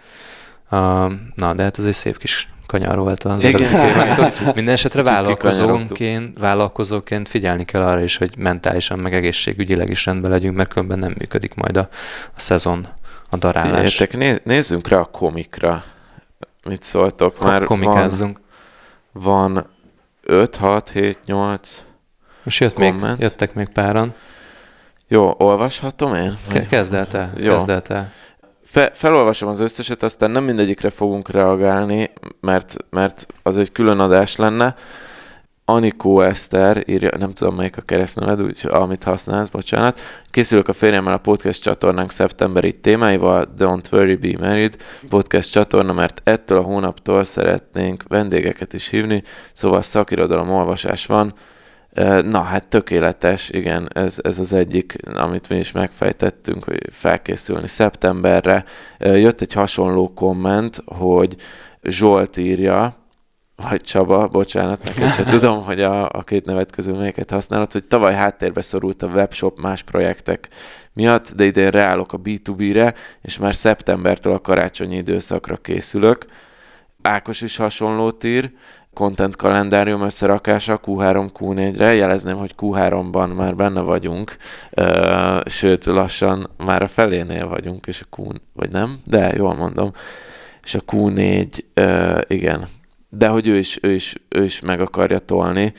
Na, de hát ez egy szép kis kanyar volt az eredeti. Minden esetre vállalkozóként figyelni kell arra is, hogy mentálisan meg egészségügyileg is rendben legyünk, mert különben nem működik majd a szezon, a darálás. Figyeljetek, nézzünk rá a komikra. Mit szóltok? Már komikázzunk. Van 5, 6, 7, 8 most jöttek még páran. Jó, olvashatom én? Kezd el te. Felolvasom az összeset, aztán nem mindegyikre fogunk reagálni, mert az egy külön adás lenne. Anikó Eszter írja, nem tudom melyik a keresztneved, úgyhogy amit használsz, bocsánat. Készülök a férjemmel a podcast csatornánk szeptemberi témáival, Don't Worry, Be Married podcast csatorna, mert ettől a hónaptól szeretnénk vendégeket is hívni, szóval szakirodalom olvasás van. Na, hát tökéletes, igen, ez az egyik, amit mi is megfejtettünk, hogy felkészülni szeptemberre. Jött egy hasonló komment, hogy Zsolt írja, vagy Csaba, bocsánat, neked sem tudom, hogy a két nevet közül melyiket használod, hogy tavaly háttérbe szorult a webshop más projektek miatt, de idén reálok a B2B-re, és már szeptembertől a karácsonyi időszakra készülök. Ákos is hasonlót ír, content kalendárium összerakása Q3, Q4-re. Jelezném, hogy Q3-ban már benne vagyunk, sőt, lassan már a felénél vagyunk, és a Q... vagy nem? De jól mondom. És a Q4, igen. De hogy ő is meg akarja tolni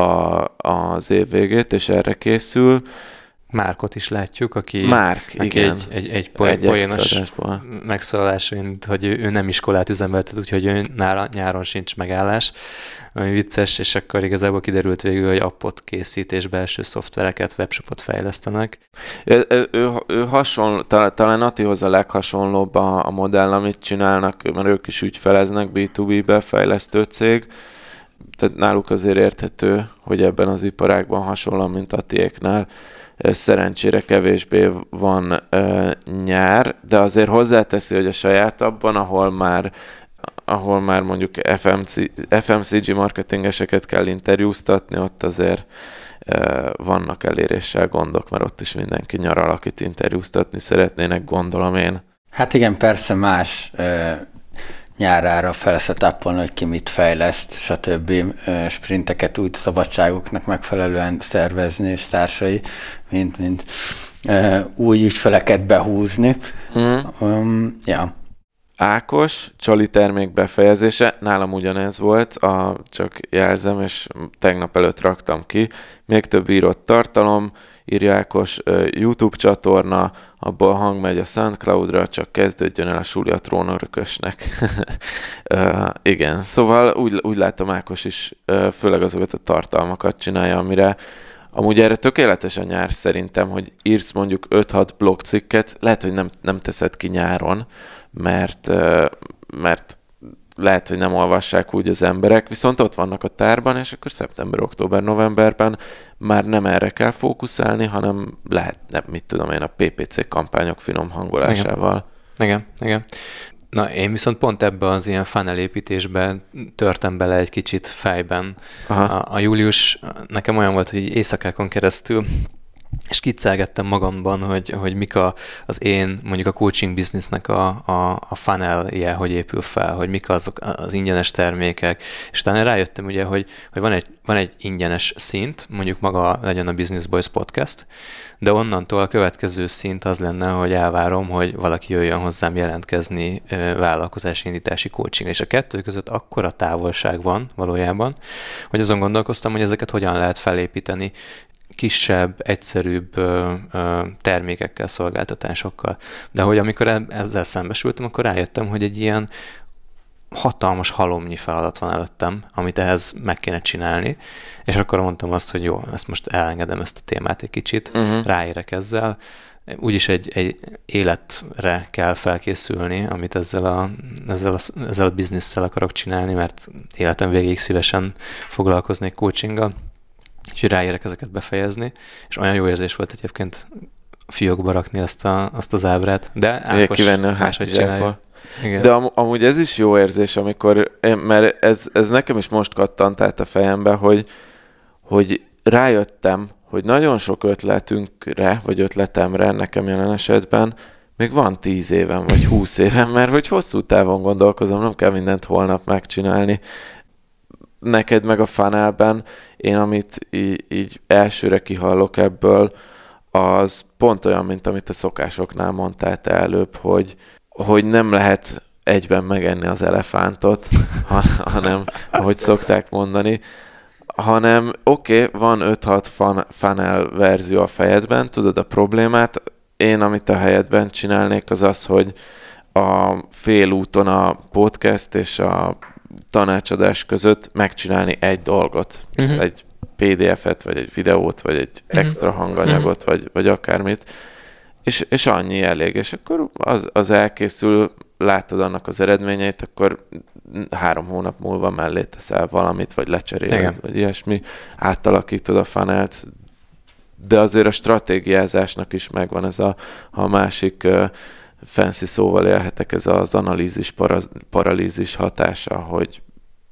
az év végét, és erre készül. Márkot is látjuk, aki igen. egy poénos megszólalás, hogy ő nem iskolát üzemeltet, úgyhogy ő nyáron sincs megállás, ami vicces, és akkor igazából kiderült végül, hogy appot készít, és belső szoftvereket, webshopot fejlesztenek. Ő hasonló, talán Attihoz a leghasonlóbb a modell, amit csinálnak, mert ők is ügyfeleznek, B2B-be fejlesztő cég, tehát náluk azért érthető, hogy ebben az iparágban hasonlóan, mint Attiéknál, szerencsére kevésbé van nyár, de azért hozzáteszi, hogy a sajátabban, ahol már mondjuk FMCG marketingeseket kell interjúztatni, ott azért vannak eléréssel gondok, mert ott is mindenki nyaral, akit interjúztatni szeretnének, gondolom én. Hát igen, persze más nyárára felszetáppolni, hogy ki mit fejleszt, stb. Sprinteket úgy szabadságoknak megfelelően szervezni, és társai, mint új ügyfeleket behúzni. Ja. Ákos, csali termék befejezése, nálam ugyanez volt, csak jelzem, és tegnap előtt raktam ki. Még több írott tartalom, írja Ákos, YouTube csatorna, abból hang megy a SoundCloud-ra, csak kezdődjön el a suli a trónörökösnek. Igen, szóval úgy látom, Ákos is főleg azokat a tartalmakat csinálja, amire amúgy erre tökéletes a nyár szerintem, hogy írsz mondjuk 5-6 blogcikket, lehet, hogy nem teszed ki nyáron, mert lehet, hogy nem olvassák úgy az emberek, viszont ott vannak a tárban, és akkor szeptember, október, novemberben már nem erre kell fókuszálni, hanem lehet, mit tudom én, a PPC kampányok finom hangolásával. Igen. Na, én viszont pont ebbe az ilyen funnel építésbe törtem bele egy kicsit fejben. A július nekem olyan volt, hogy éjszakákon keresztül és kiccelgettem magamban, hogy mik az én, mondjuk a coaching businessnek a funnelje, hogy épül fel, hogy mik azok az ingyenes termékek, és utána rájöttem ugye, hogy van egy ingyenes szint, mondjuk maga legyen a Business Boys podcast, de onnantól a következő szint az lenne, hogy elvárom, hogy valaki jöjjön hozzám jelentkezni vállalkozásindítási coaching. És a kettő között akkora távolság van valójában, hogy azon gondolkoztam, hogy ezeket hogyan lehet felépíteni kisebb, egyszerűbb termékekkel, szolgáltatásokkal. De hogy amikor ezzel szembesültem, akkor rájöttem, hogy egy ilyen hatalmas halomnyi feladat van előttem, amit ehhez meg kéne csinálni, és akkor mondtam azt, hogy jó, ezt most elengedem ezt a témát egy kicsit, ráérek ezzel. Úgyis egy életre kell felkészülni, amit ezzel a bizniszsel akarok csinálni, mert életem végéig szívesen foglalkoznék coachinggal. Úgyhogy ráérek ezeket befejezni, és olyan jó érzés volt egyébként a fiókba rakni azt az ábrát, de Ákos máshogy csinálja. De amúgy ez is jó érzés, mert ez nekem is most kattant át a fejembe, hogy rájöttem, hogy nagyon sok ötletünkre, vagy ötletemre nekem jelen esetben még van 10 éven, vagy 20 éven, mert hogy hosszú távon gondolkozom, nem kell mindent holnap megcsinálni. Neked meg a funnelben, én amit így elsőre kihallok ebből, az pont olyan, mint amit a szokásoknál mondtál te előbb, hogy nem lehet egyben megenni az elefántot, hanem, ahogy szokták mondani, hanem oké, van 5-6 funnel verzió a fejedben, tudod a problémát, én amit a helyedben csinálnék, az, hogy a félúton a podcast és a tanácsadás között megcsinálni egy dolgot, egy PDF-et, vagy egy videót, vagy egy extra hanganyagot, vagy akármit, és annyi elég, és akkor az elkészül, látod annak az eredményeit, akkor 3 hónap múlva mellé teszel valamit, vagy lecseréled, vagy ilyesmi, átalakítod a funnelt, de azért a stratégiázásnak is megvan ez a másik fancy szóval élhetek, ez az analízis paralízis hatása, hogy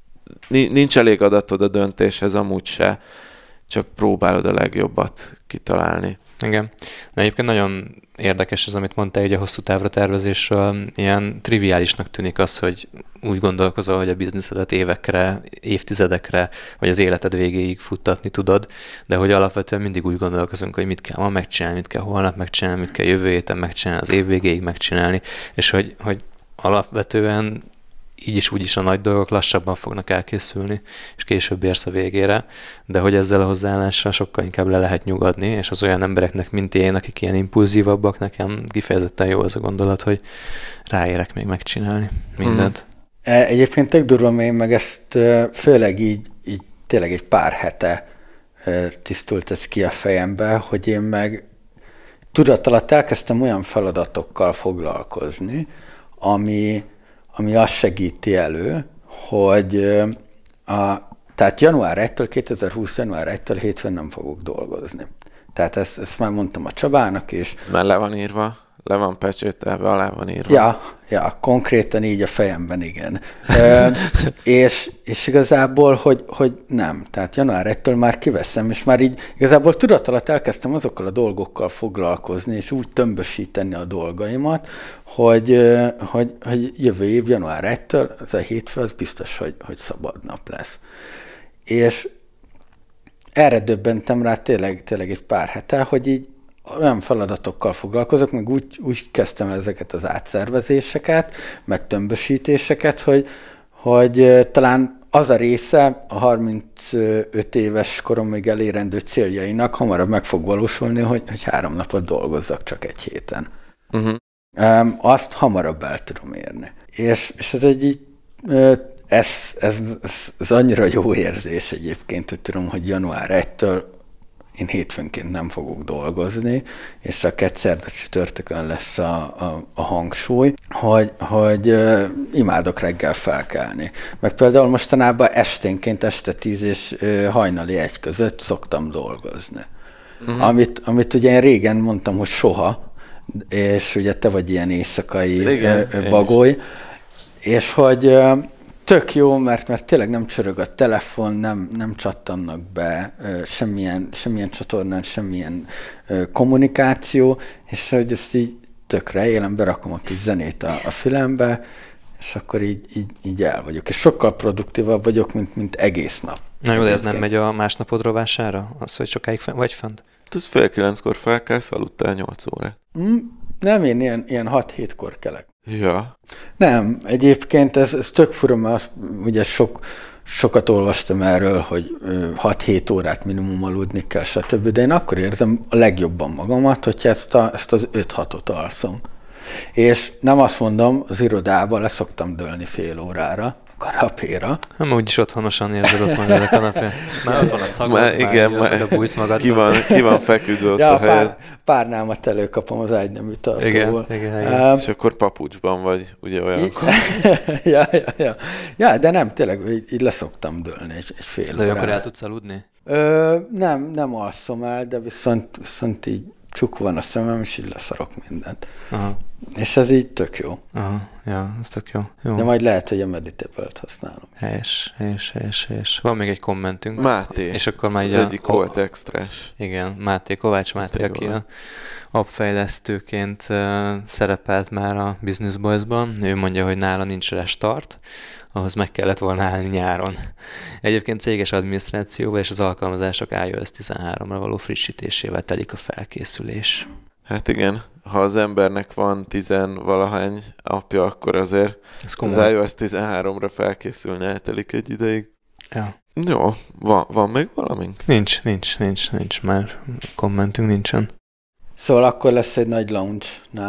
nincs elég adatod a döntéshez, amúgy se, csak próbálod a legjobbat kitalálni. Igen. De egyébként nagyon érdekes ez, amit mondtál így a hosszú távra tervezésről. Ilyen triviálisnak tűnik az, hogy úgy gondolkozol, hogy a bizniszedet évekre, évtizedekre, vagy az életed végéig futtatni tudod, de hogy alapvetően mindig úgy gondolkozunk, hogy mit kell ma megcsinálni, mit kell holnap megcsinálni, mit kell jövő héten megcsinálni, az év végéig megcsinálni, és hogy alapvetően így is úgy is a nagy dolgok lassabban fognak elkészülni, és később érsz a végére, de hogy ezzel a hozzáállással sokkal inkább le lehet nyugodni, és az olyan embereknek, mint én, akik ilyen impulzívabbak, nekem kifejezetten jó az a gondolat, hogy ráérek még megcsinálni mindent. Egyébként tök durva, én meg ezt főleg így tényleg egy pár hete tisztult ez ki a fejembe, hogy én meg tudat alatt elkezdtem olyan feladatokkal foglalkozni, ami azt segíti elő, hogy tehát január 1-től, 2020. január 1-től hétfőn nem fogok dolgozni. Tehát ezt már mondtam a Csabának is. Már le van írva, le van pecsételve, alá van írva. Ja, konkrétan így a fejemben, igen. És igazából, hogy nem. Tehát január 1-től már kiveszem, és már így igazából tudat alatt elkezdtem azokkal a dolgokkal foglalkozni, és úgy tömbösíteni a dolgaimat, hogy jövő év január 1-től, ez a hétfő, az biztos, hogy szabad nap lesz. És erre döbbentem rá tényleg egy pár hete, hogy így olyan feladatokkal foglalkozok, meg úgy kezdtem el ezeket az átszervezéseket, meg tömbösítéseket, hogy talán az a része a 35 éves koromig elérendő céljainak hamarabb meg fog valósulni, hogy 3 napot dolgozzak csak egy héten. Uh-huh. Azt hamarabb el tudom érni. És ez annyira jó érzés egyébként, hogy tudom, hogy január 1-től én hétfőnként nem fogok dolgozni, és csak szerda csütörtökön lesz a hangsúly, hogy imádok reggel felkelni. Meg például mostanában esténként este 10 és hajnali 1 között szoktam dolgozni. Uh-huh. Amit ugye én régen mondtam, hogy soha, és ugye te vagy ilyen éjszakai bagoly, és hogy tök jó, mert tényleg nem csörög a telefon, nem csattannak be semmilyen csatornán, semmilyen kommunikáció, és hogy ezt így tökre élem, berakom a kis zenét a fülembe, és akkor így el vagyok. És sokkal produktívabb vagyok, mint egész nap. Na jó, de ez nem megy a másnapod rovására? Az, hogy sokáig vagy fent? Ez fél 9-kor felkelsz, aludtál 8 órát. Nem, én ilyen 6-7-kor kelek. Ja. Nem, egyébként ez tök fura, mert ugye sokat olvastam erről, hogy 6-7 órát minimum aludni kell, stb. De én akkor érzem a legjobban magamat, hogyha ezt az 5-6-ot alszom. És nem azt mondom, az irodában leszoktam dőlni fél órára, kanapéra. Nem, úgyis otthonosan érzed ott magad a kanapén. Már ott van a szagod, már bújsz magad. Ki van feküdve ott a helyed. Párnámat előkapom az ágynemű tartóból. Igen. És akkor papucsban vagy, ugye olyankor. Ja, de nem, tényleg így leszoktam dőlni egy fél órára. De akkor el tudsz aludni? Nem alszom el, de viszont így csuk van a szemem, és így leszarok mindent. Aha. És ez így tök jó. Aha, ja, ez tök jó. De majd lehet, hogy a Meditable-t használom. Helyes. Van még egy kommentünk. Máté. És akkor már az egyik Colt Extrás. Igen, Kovács Máté, aki a appfejlesztőként szerepelt már a Business Boys-ban. Ő mondja, hogy nála nincs restart, ahhoz meg kellett volna állni nyáron. Egyébként céges adminisztrációval és az alkalmazások iOS 13-ra való frissítésével telik a felkészülés. Hát igen, ha az embernek van 10-valahány appja, akkor azért az iOS 13-ra felkészülni eltelik egy ideig. Ja. Jó, van még valamink? Nincs, már kommentünk nincsen. Szóval akkor lesz egy nagy launch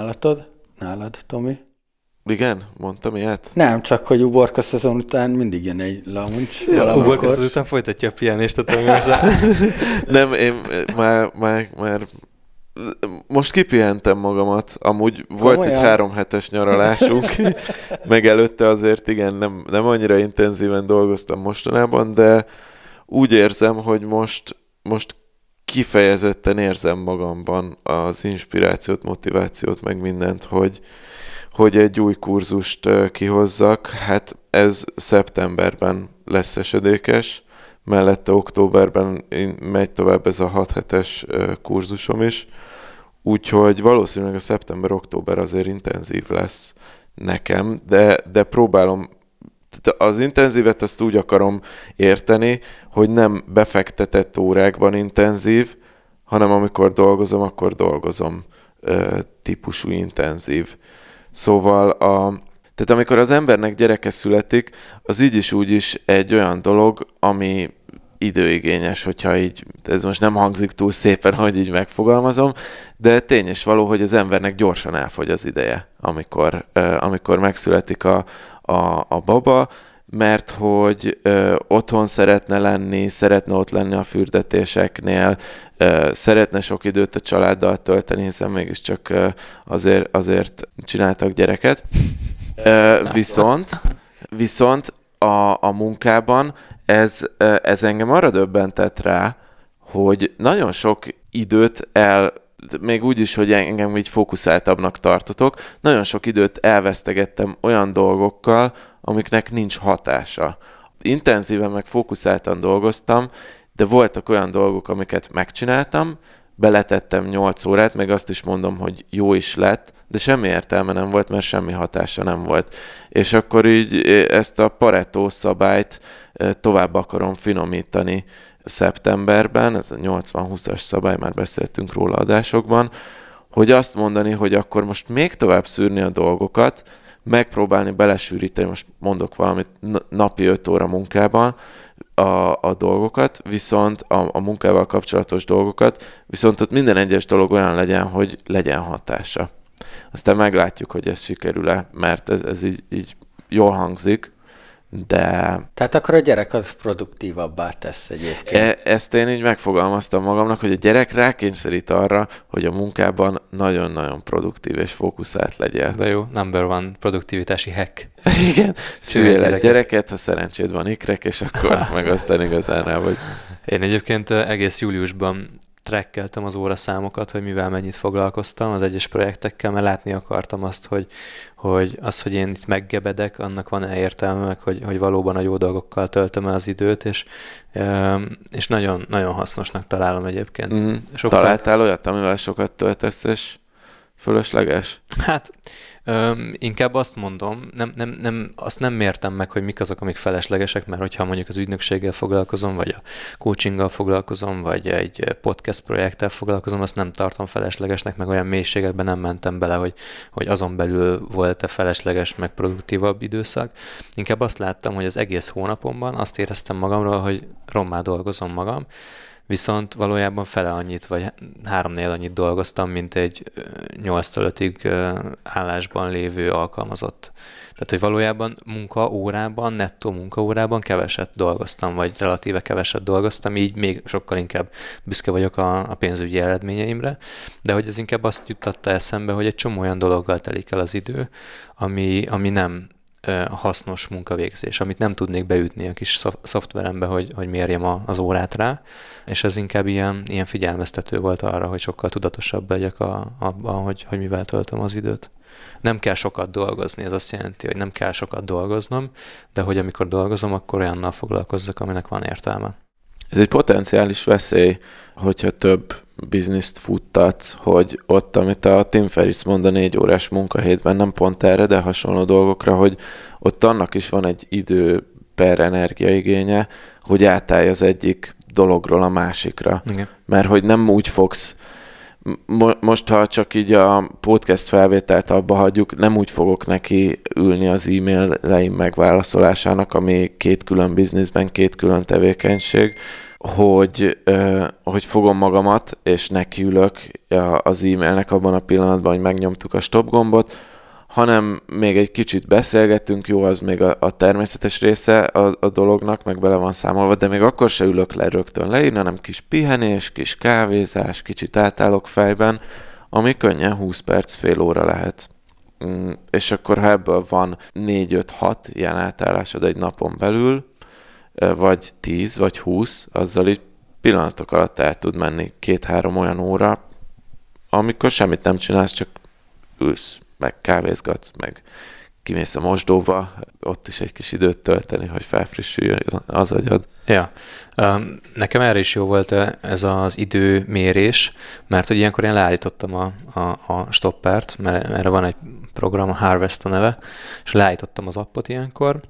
nálad, Tomi? Igen? Mondtam ilyet? Nem, csak hogy uborka szezon után mindig jön egy launch. Ja, uborka szezon után folytatja a pihenést a Tomi. Nem, én már most kipihentem magamat. Amúgy volt egy 3 hetes nyaralásunk, meg előtte azért igen, nem annyira intenzíven dolgoztam mostanában, de úgy érzem, hogy most kifejezetten érzem magamban az inspirációt, motivációt, meg mindent, hogy egy új kurzust kihozzak. Hát ez szeptemberben lesz esedékes, mellette októberben megy tovább ez a 6 hetes kurzusom is, úgyhogy valószínűleg a szeptember-október azért intenzív lesz nekem, de próbálom, az intenzívet azt úgy akarom érteni, hogy nem befektetett órákban intenzív, hanem amikor dolgozom, akkor dolgozom típusú intenzív. Szóval tehát amikor az embernek gyereke születik, az így is úgy is egy olyan dolog, ami időigényes, hogyha így, ez most nem hangzik túl szépen, hogy így megfogalmazom, de tény is való, hogy az embernek gyorsan elfogy az ideje, amikor megszületik a baba, mert hogy otthon szeretne lenni, szeretne ott lenni a fürdetéseknél, szeretne sok időt a családdal tölteni, hiszen mégiscsak azért csináltak gyereket. Viszont a munkában ez engem arra döbbentett rá, hogy nagyon sok időt még úgy is, hogy engem így fókuszáltabbnak tartotok, nagyon sok időt elvesztegettem olyan dolgokkal, amiknek nincs hatása. Intenzíven meg fókuszáltan dolgoztam, de voltak olyan dolgok, amiket megcsináltam, beletettem 8 órát, meg azt is mondom, hogy jó is lett, de semmi értelme nem volt, mert semmi hatása nem volt. És akkor így ezt a Pareto szabályt tovább akarom finomítani szeptemberben, ez a 80-20-as szabály, már beszéltünk róla adásokban, hogy azt mondani, hogy akkor most még tovább szűrni a dolgokat, megpróbálni belesűríteni, most mondok valamit, napi 5 óra munkában a dolgokat, viszont a munkával kapcsolatos dolgokat, viszont ott minden egyes dolog olyan legyen, hogy legyen hatása. Aztán meglátjuk, hogy ez sikerül-e, mert ez így jól hangzik, de... Tehát akkor a gyerek az produktívabbá tesz egyébként. Ezt én így megfogalmaztam magamnak, hogy a gyerek rákényszerít arra, hogy a munkában nagyon-nagyon produktív és fókuszált legyen. De jó, number one produktivitási hack. Igen, szüljél egy gyereket, ha szerencséd van ikrek, és akkor meg aztán igazán rá vagy. Én egyébként egész júliusban trackeltem az óraszámokat, hogy mivel mennyit foglalkoztam az egyes projektekkel, mert látni akartam azt, hogy én itt meggebedek, annak van-e értelme, meg hogy valóban a jó dolgokkal töltöm el az időt, és nagyon, nagyon hasznosnak találom egyébként. Mm-hmm. Találtál olyat, amivel sokat töltesz, és fölösleges? Hát inkább azt mondom, azt nem mértem meg, hogy mik azok, amik feleslegesek, mert hogyha mondjuk az ügynökséggel foglalkozom, vagy a coachinggal foglalkozom, vagy egy podcast projekttel foglalkozom, azt nem tartom feleslegesnek, meg olyan mélységekben nem mentem bele, hogy azon belül volt-e felesleges, meg produktívabb időszak. Inkább azt láttam, hogy az egész hónapomban azt éreztem magamról, hogy rommá dolgozom magam, viszont valójában fele annyit, vagy 3-4 annyit dolgoztam, mint egy 8-5-ig állásban lévő alkalmazott. Tehát, hogy valójában nettó munkaórában keveset dolgoztam, vagy relatíve keveset dolgoztam, így még sokkal inkább büszke vagyok a pénzügyi eredményeimre, de hogy ez inkább azt juttatta eszembe, hogy egy csomó olyan dologgal telik el az idő, ami nem hasznos munkavégzés, amit nem tudnék beütni a kis szoftverembe, hogy mérjem az órát rá, és ez inkább ilyen figyelmeztető volt arra, hogy sokkal tudatosabb legyek abban, hogy mivel töltöm az időt. Nem kell sokat dolgozni, ez azt jelenti, hogy nem kell sokat dolgoznom, de hogy amikor dolgozom, akkor olyannal foglalkozzak, aminek van értelme. Ez egy potenciális veszély, hogyha több bizniszt futtatsz, hogy ott, amit a Tim Ferriss mond a 4 órás munkahétben, nem pont erre, de hasonló dolgokra, hogy ott annak is van egy idő per energiaigénye, hogy átállj az egyik dologról a másikra. Igen. Mert hogy nem úgy fogsz, most ha csak így a podcast felvételt abba hagyjuk, nem úgy fogok neki ülni az e-maileim megválaszolásának, ami 2 külön bizniszben, 2 külön tevékenység, hogy fogom magamat, és nekiülök az e-mailnek abban a pillanatban, hogy megnyomtuk a stop gombot, hanem még egy kicsit beszélgetünk, jó, az még a természetes része a dolognak, meg bele van számolva, de még akkor se ülök le rögtön leírni, hanem kis pihenés, kis kávézás, kicsit átállok fejben, ami könnyen 20 perc, fél óra lehet. És akkor ha ebből van 4-5-6 ilyen átállásod egy napon belül, vagy 10, vagy 20, azzal így pillanatok alatt el tud menni 2-3 olyan óra, amikor semmit nem csinálsz, csak ülsz, meg kávézgatsz, meg kimész a mosdóba, ott is egy kis időt tölteni, hogy felfrissüljön az agyad. Ja, nekem erre is jó volt ez az időmérés, mert hogy ilyenkor én leállítottam a stoppert, mert erre van egy program, a Harvest a neve, és leállítottam az appot ilyenkor,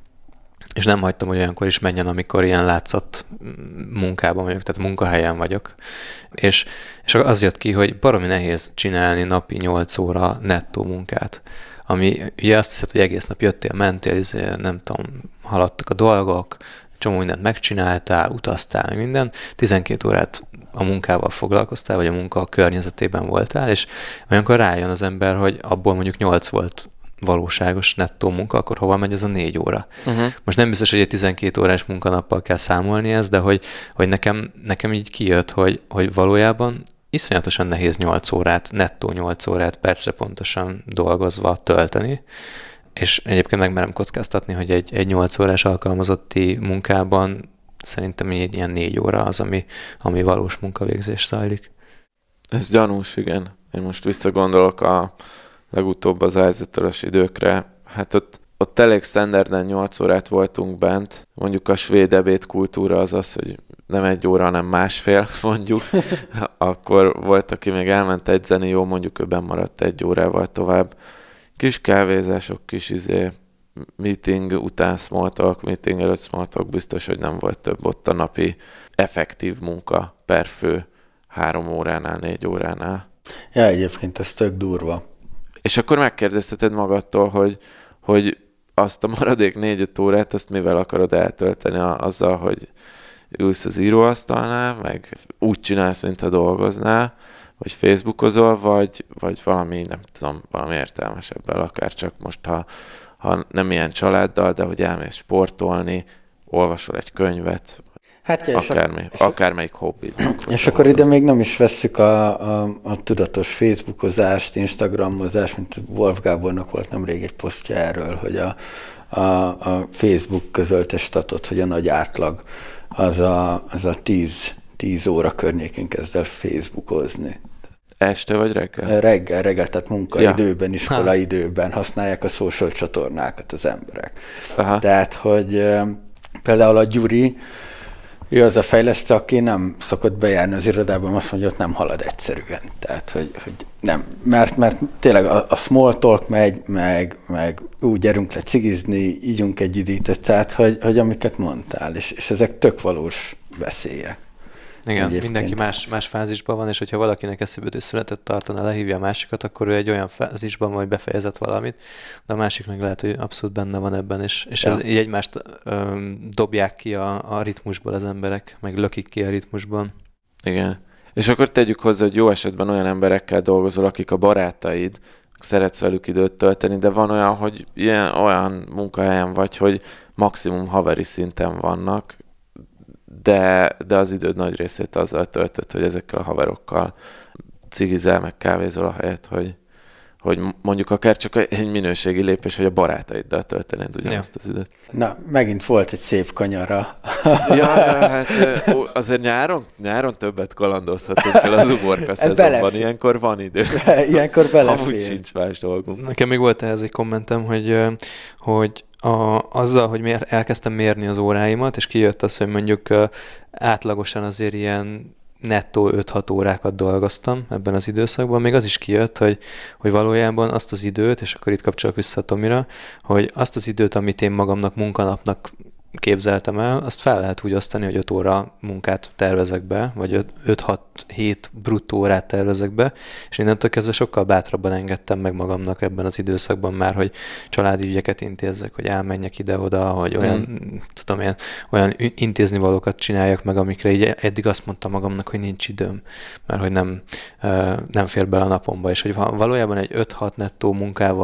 és nem hagytam, hogy olyankor is menjen, amikor ilyen látszat munkában vagyok, tehát munkahelyen vagyok. És az jött ki, hogy baromi nehéz csinálni napi 8 óra nettó munkát, ami ugye azt hiszed, hogy egész nap jöttél, mentél, nem tudom, haladtak a dolgok, csomó mindent megcsináltál, utaztál, minden, 12 órát a munkával foglalkoztál, vagy a munka környezetében voltál, és olyankor rájön az ember, hogy abból mondjuk 8 volt valóságos nettó munka, akkor hova megy ez a 4 óra? Uh-huh. Most nem biztos, hogy egy 12 órás munkanappal kell számolni ezt, de hogy nekem így kijött, hogy valójában iszonyatosan nehéz 8 órát, nettó 8 órát percre pontosan dolgozva tölteni, és egyébként megmerem kockáztatni, hogy egy 8 órás alkalmazotti munkában szerintem egy ilyen 4 óra az, ami valós munkavégzés zajlik. Ez gyanús, igen. Én most visszagondolok a legutóbb az ájzatoros időkre. Hát ott elég standarden 8 órát voltunk bent. Mondjuk a svéd ebédkultúra az, hogy nem 1 óra, hanem másfél mondjuk, akkor volt, aki még elment edzeni, jó, mondjuk ő maradt 1 órával tovább. Kis kávézások, kis meeting után small talk, meeting előtt small talk, biztos, hogy nem volt több ott a napi effektív munka per fő 3 óránál, 4 óránál. Ja, egyébként ez tök durva. És akkor megkérdezteted magadtól, hogy azt a maradék 4-5 órát, azt mivel akarod eltölteni azzal, hogy ülsz az íróasztalnál, meg úgy csinálsz, mintha dolgoznál, vagy Facebookozol, vagy valami, nem tudom, valami értelmesebbel, akár csak most, ha nem ilyen családdal, de hogy elmész sportolni, olvasol egy könyvet, hát ja, akármelyik hobbid. És akkor ide még nem is vesszük a tudatos Facebookozást, Instagramozást, mint Wolf Gábornak volt nemrég egy posztja erről, hogy a Facebook közölte statot, hogy a nagy átlag az a 10 óra környékén kezd el Facebookozni. Este vagy reggel? Reggel, tehát munkaidőben, iskolaidőben használják a social csatornákat az emberek. Aha. Tehát, hogy például a Gyuri, ő az a fejlesztő, aki nem szokott bejárni az irodában, azt mondja, hogy ott nem halad egyszerűen. Tehát, hogy nem, mert tényleg a small talk megy, meg úgy gyerünk le cigizni, ígyunk egy üdítőt, tehát, hogy amiket mondtál, és ezek tök valós veszélyek. Igen, mindenki más fázisban van, és hogyha valakinek eszébődő szünetet tartana, lehívja a másikat, akkor ő egy olyan fázisban majd befejezett valamit, de a másik meg lehet, hogy abszolút benne van ebben, és így egymást dobják ki a ritmusból az emberek, meg lökik ki a ritmusban. Igen. És akkor tegyük hozzá, hogy jó esetben olyan emberekkel dolgozol, akik a barátaid, szeretsz velük időt tölteni, de van olyan, hogy olyan munkahelyen vagy, hogy maximum haveri szinten vannak, de az időd nagy részét azzal töltött, hogy ezekkel a haverokkal cigizel, meg kávézol a helyet, hogy mondjuk akár csak egy minőségi lépés, hogy a barátaiddal töltenéd ugyanazt az időt. Na, megint volt egy szép kanyara. Ja, hát azért nyáron többet kalandozhatunk el az uborka szezonban, ilyenkor van idő. Ilyenkor belefér. Amúgy sincs más dolgunk. Nekem még volt ehhez egy kommentem, hogy azzal, hogy elkezdtem mérni az óráimat, és kijött az, hogy mondjuk átlagosan azért ilyen nettó 5-6 órákat dolgoztam ebben az időszakban, még az is kijött, hogy valójában azt az időt, és akkor itt kapcsolok vissza Tomira, hogy azt az időt, amit én magamnak munkanapnak képzeltem el, azt fel lehet úgy osztani, hogy 5 óra munkát tervezek be, vagy 5-6-7 bruttó órát tervezek be, és innentől kezdve sokkal bátrabban engedtem meg magamnak ebben az időszakban már, hogy családi ügyeket intézzek, hogy elmenjek ide-oda, hogy olyan intézni valókat csináljak meg, amikre így eddig azt mondtam magamnak, hogy nincs időm, mert hogy nem fér bele a napomba, és hogy valójában egy 5-6 nettó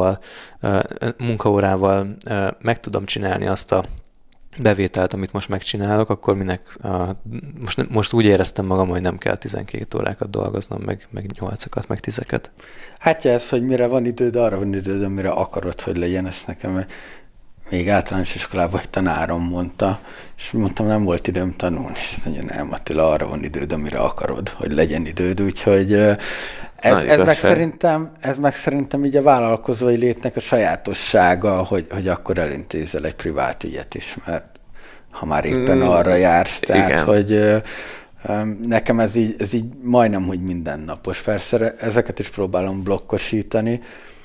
munkaórával meg tudom csinálni azt a bevételt, amit most megcsinálok, akkor minek most úgy éreztem magam, hogy nem kell 12 órákat dolgoznom, meg 8-akat, meg 10-eket. Hát ez, hogy mire van időd, arra van időd, amire akarod, hogy legyen, ezt nekem még általános iskolában egy tanárom mondta, és mondtam, nem volt időm tanulni, és azt mondja, nem, Attila, arra van időd, amire akarod, hogy legyen időd, úgyhogy ez meg szerintem így a vállalkozói létnek a sajátossága, hogy akkor elintézel egy privát ügyet is, mert ha már éppen arra jársz, tehát, igen. Hogy nekem ez így majdnem, hogy mindennapos. Persze ezeket is próbálom blokkosítani,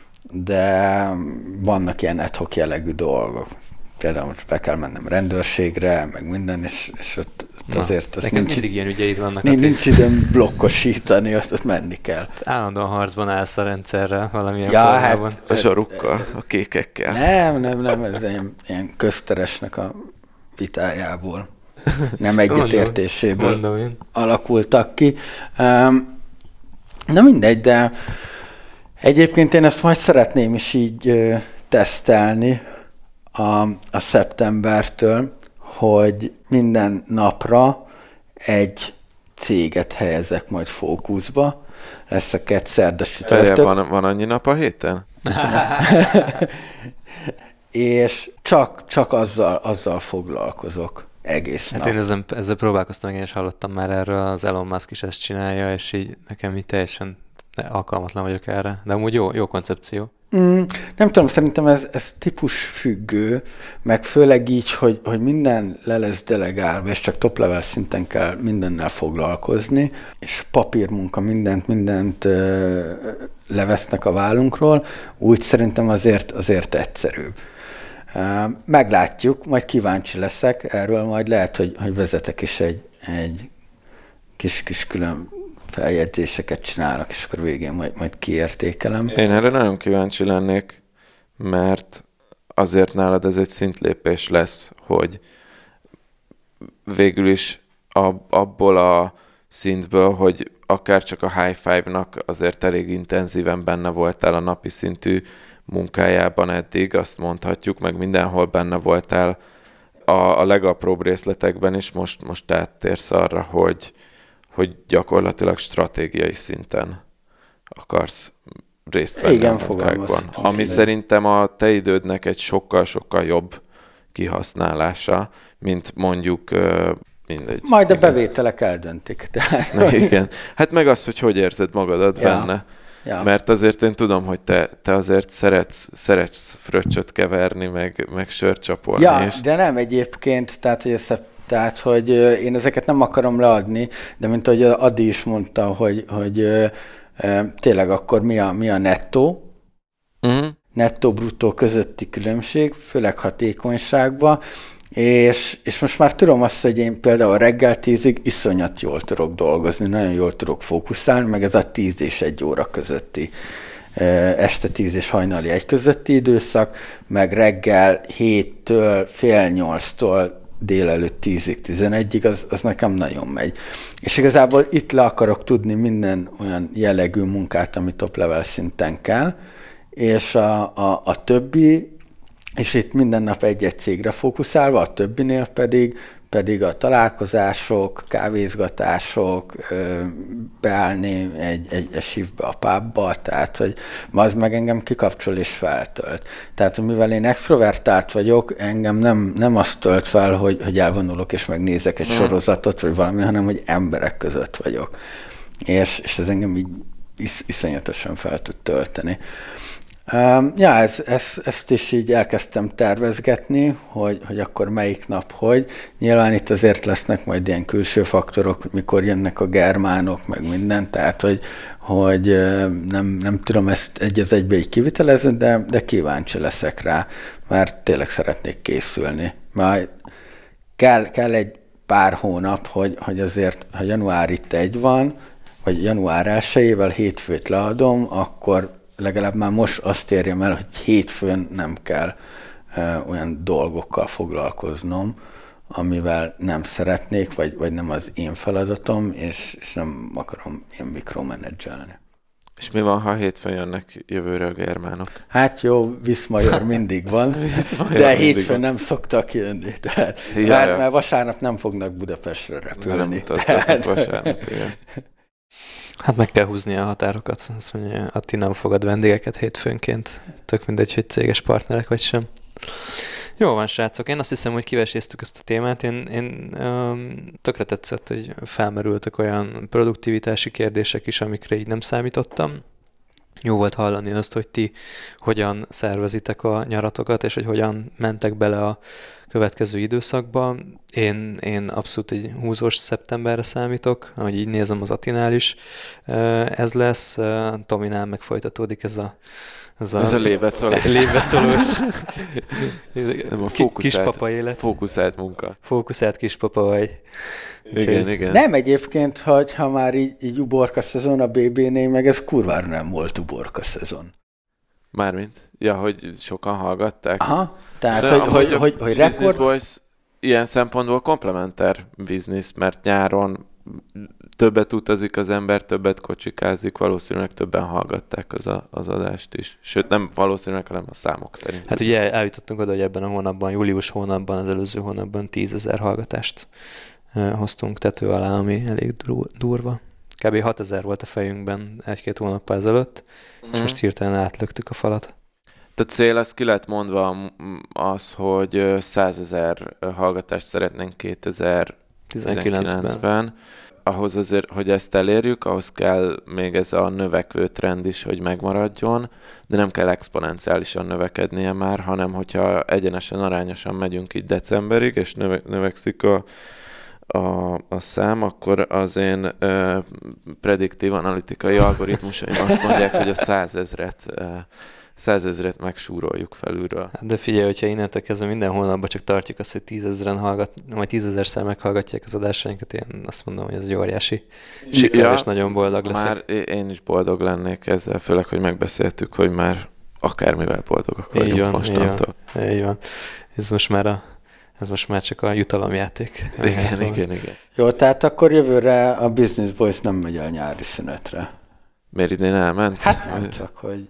de vannak ilyen ad hoc jellegű dolgok. Például most be kell mennem rendőrségre, meg minden, és ott azért... Nekem mindig ilyen ügyeid vannak. Nincs időm blokkosítani, ott menni kell. Állandóan harcban állsz a rendszerrel valamilyen formában. Hát, a zsarukkal, a kékekkel. Nem, ez ilyen közteresnek a vitájából. Nem egyetértéséből alakultak ki. Na mindegy, de egyébként én ezt majd szeretném is így tesztelni a szeptembertől, hogy minden napra egy céget helyezek majd fókuszba. Lesz a szerda csütörtök. Van annyi nap a héten? És csak azzal foglalkozok egész nap. Hát én ezzel próbálkoztam, én is hallottam már erről, az Elon Musk is ezt csinálja, és így nekem így teljesen alkalmatlan vagyok erre, de amúgy jó koncepció. Nem tudom, szerintem ez típus függő, meg főleg így, hogy minden le lesz delegálva, és csak top level szinten kell mindennel foglalkozni, és papírmunka mindent levesznek a vállunkról, úgy szerintem azért egyszerűbb. Meglátjuk, majd kíváncsi leszek, erről majd lehet, hogy vezetek is egy kis külön feljegyzéseket csinálnak, és akkor végén majd kiértékelem. Én erre nagyon kíváncsi lennék, mert azért nálad ez egy szintlépés lesz, hogy végül is abból a szintből, hogy akár csak a High Five-nak azért elég intenzíven benne voltál a napi szintű munkájában eddig, azt mondhatjuk, meg mindenhol benne voltál a legapróbb részletekben is, most áttérsz arra, hogy gyakorlatilag stratégiai szinten akarsz részt venni a munkákban. Ami szerintem a te idődnek egy sokkal-sokkal jobb kihasználása, mint mondjuk mindegy. Majd a bevételek eldöntik. Igen. Hát meg az, hogy érzed magadat benne. Ja. Mert azért én tudom, hogy te azért szeretsz fröccsöt keverni, meg sört csapolni. Ja, de nem egyébként, tehát, hogy én ezeket nem akarom leadni, de mint ahogy Adi is mondta, hogy tényleg akkor mi a nettó, nettó-bruttó közötti különbség, főleg hatékonyságban, és most már tudom azt, hogy én például reggel 10-ig iszonyat jól tudok dolgozni, nagyon jól tudok fókuszálni, meg ez a 10 és 1 óra közötti, este 10 és hajnali 1 közötti időszak, meg reggel 7-től fél 8-tól délelőtt 10-ig, 11-ig, az nekem nagyon megy. És igazából itt le akarok tudni minden olyan jellegű munkát, ami top level szinten kell, és a többi, és itt minden nap egy-egy cégre fókuszálva, a többinél pedig a találkozások, kávézgatások, beállni egy shiftbe a pubba, tehát hogy az meg engem kikapcsol és feltölt. Tehát mivel én extrovertált vagyok, engem nem azt tölt fel, hogy elvonulok és megnézek egy sorozatot, vagy valami, hanem hogy emberek között vagyok. És ez engem így iszonyatosan fel tud tölteni. Ezt is így elkezdtem tervezgetni, hogy akkor melyik nap hogy. Nyilván itt azért lesznek majd ilyen külső faktorok, mikor jönnek a germánok, meg minden, tehát hogy nem tudom ezt egy az egybe így kivitelezni, de kíváncsi leszek rá, mert tényleg szeretnék készülni. Majd kell egy pár hónap, hogy azért, ha január itt 1 van, vagy január 1-ével hétfőt leadom, akkor legalább már most azt érjem el, hogy hétfőn nem kell olyan dolgokkal foglalkoznom, amivel nem szeretnék, vagy nem az én feladatom, és nem akarom ilyen mikromenedzselni. És mi van, ha hétfőn jönnek jövőre a germánok? Hát jó, Viszmajor mindig van, de hétfőn nem szoktak jönni. Tehát, mert vasárnap nem fognak Budapestre repülni. Vasárnap, igen. Hát meg kell húzni a határokat. Azt mondja, Atti nem fogad vendégeket hétfőnként. Tök mindegy, hogy céges partnerek vagy sem. Jó van, srácok. Én azt hiszem, hogy kiveséztük ezt a témát. Én tökre tetszett, hogy felmerültek olyan produktivitási kérdések is, amikre így nem számítottam. Jó volt hallani azt, hogy ti hogyan szervezitek a nyaratokat, és hogy hogyan mentek bele a következő időszakba. Én abszolút egy húzós szeptemberre számítok, ahogy így nézem az Attinál is. Ez lesz, Tominál meg folytatódik ez a lévecolós kispapa élet. Fókuszált munka. Fókuszált kispapa vagy. Igen. Nem egyébként, ha már így uborka szezon a BB-nél, meg ez kurvára nem volt uborka szezon. Mármint? Ja, hogy sokan hallgatták? Aha, tehát hogy Business Boys ilyen szempontból komplementer biznisz, mert nyáron többet utazik az ember, többet kocsikázik, valószínűleg többen hallgatták az adást is. Sőt, nem valószínűleg, hanem a számok szerint. Hát ugye eljutottunk oda, hogy ebben a hónapban, július hónapban, az előző hónapban 10 000 hallgatást hoztunk tető alá, ami elég durva. Kb. 6 000 volt a fejünkben 1-2 hónappal ezelőtt, és most hirtelen átlöktük a falat. A cél az ki lett mondva az, hogy 100 000 hallgatást szeretnénk 2019-ben. ahhoz azért, hogy ezt elérjük, ahhoz kell még ez a növekvő trend is, hogy megmaradjon, de nem kell exponenciálisan növekednie már, hanem hogyha egyenesen, arányosan megyünk így decemberig, és növekszik a szám, akkor az én prediktív analitikai algoritmusaim azt mondják, hogy a 100 000-et megsúroljuk felülről. De figyelj, hogyha innentől kezdve minden hónapban csak tartjuk azt, hogy 10 000-en vagy 10 000-szer meghallgatják az adásainkat, én azt mondom, hogy ez egy óriási siker, és nagyon boldog leszek. Már én is boldog lennék ezzel, főleg, hogy megbeszéltük, hogy már akármivel boldogak vagyunk mostantól. Így van. Ez most már csak a jutalomjáték. Igen. Jó, tehát akkor jövőre a Business Boys nem megy el nyári szünetre. Miért idén elment? Hát nem csak, hogy...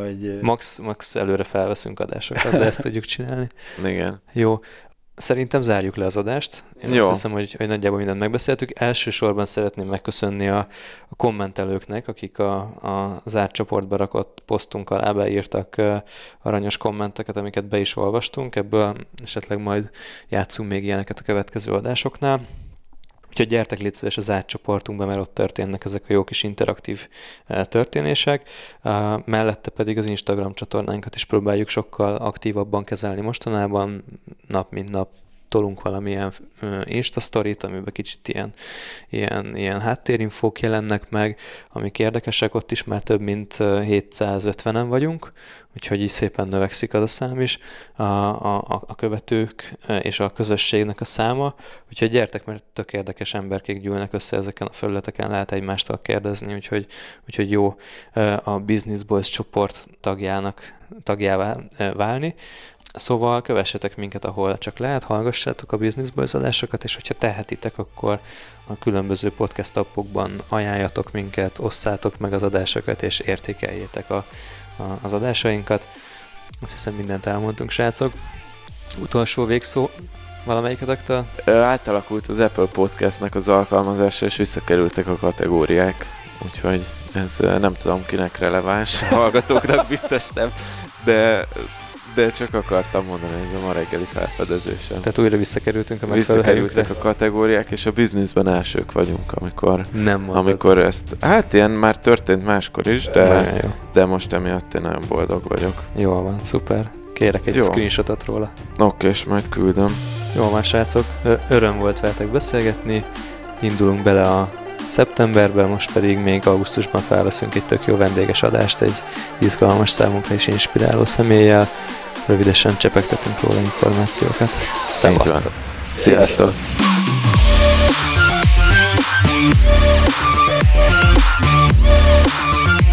Max előre felveszünk adásokat, de ezt tudjuk csinálni. Igen. Jó. Szerintem zárjuk le az adást. Én azt hiszem, hogy nagyjából mindent megbeszéltük. Elsősorban szeretném megköszönni a kommentelőknek, akik a zárt csoportba rakott posztunk alá beírtak aranyos kommenteket, amiket be is olvastunk. Ebből esetleg majd játszunk még ilyeneket a következő adásoknál. Úgyhogy gyertek, légy szíves a zárt csoportunkba, mert ott történnek ezek a jó kis interaktív történések. Mellette pedig az Instagram csatornánkat is próbáljuk sokkal aktívabban kezelni mostanában. Nap mint nap tolunk valamilyen Insta sztorit, amiben kicsit ilyen háttérinfók jelennek meg, amik érdekesek, ott is már több mint 750-en vagyunk, úgyhogy így szépen növekszik az a szám is, a követők és a közösségnek a száma, úgyhogy gyertek, mert tök érdekes emberkék gyűlnek össze ezeken a felületeken, lehet egymástól kérdezni, úgyhogy jó a Business Boys csoport tagjává válni. Szóval kövessetek minket, ahol csak lehet, hallgassátok a Business Boys adásokat, és hogyha tehetitek, akkor a különböző podcast appokban ajánljatok minket, osszátok meg az adásokat, és értékeljétek az adásainkat. Azt hiszem, mindent elmondtunk, srácok. Utolsó végszó valamelyiketektől? Átalakult az Apple Podcastnek az alkalmazása, és visszakerültek a kategóriák, úgyhogy ez nem tudom kinek releváns, hallgatóknak biztos nem, de csak akartam mondani, hogy ez a ma reggeli felfedezésem. Tehát újra visszakerültünk a megfelelő Visszakerültek a kategóriák, és a bizniszben elsők vagyunk, amikor ezt... Hát ilyen már történt máskor is, de most emiatt én nagyon boldog vagyok. Jól van, szuper. Kérek egy screenshotot róla. Oké, és majd küldöm. Jól van, srácok. Öröm volt veletek beszélgetni. Indulunk bele a szeptemberben, most pedig még augusztusban felveszünk egy tök jó vendéges adást, egy izgalmas, számunkra is inspiráló személlyel. Rövidesen csepegtetünk róla információkat. Szevasztok! Sziasztok! Sziasztok.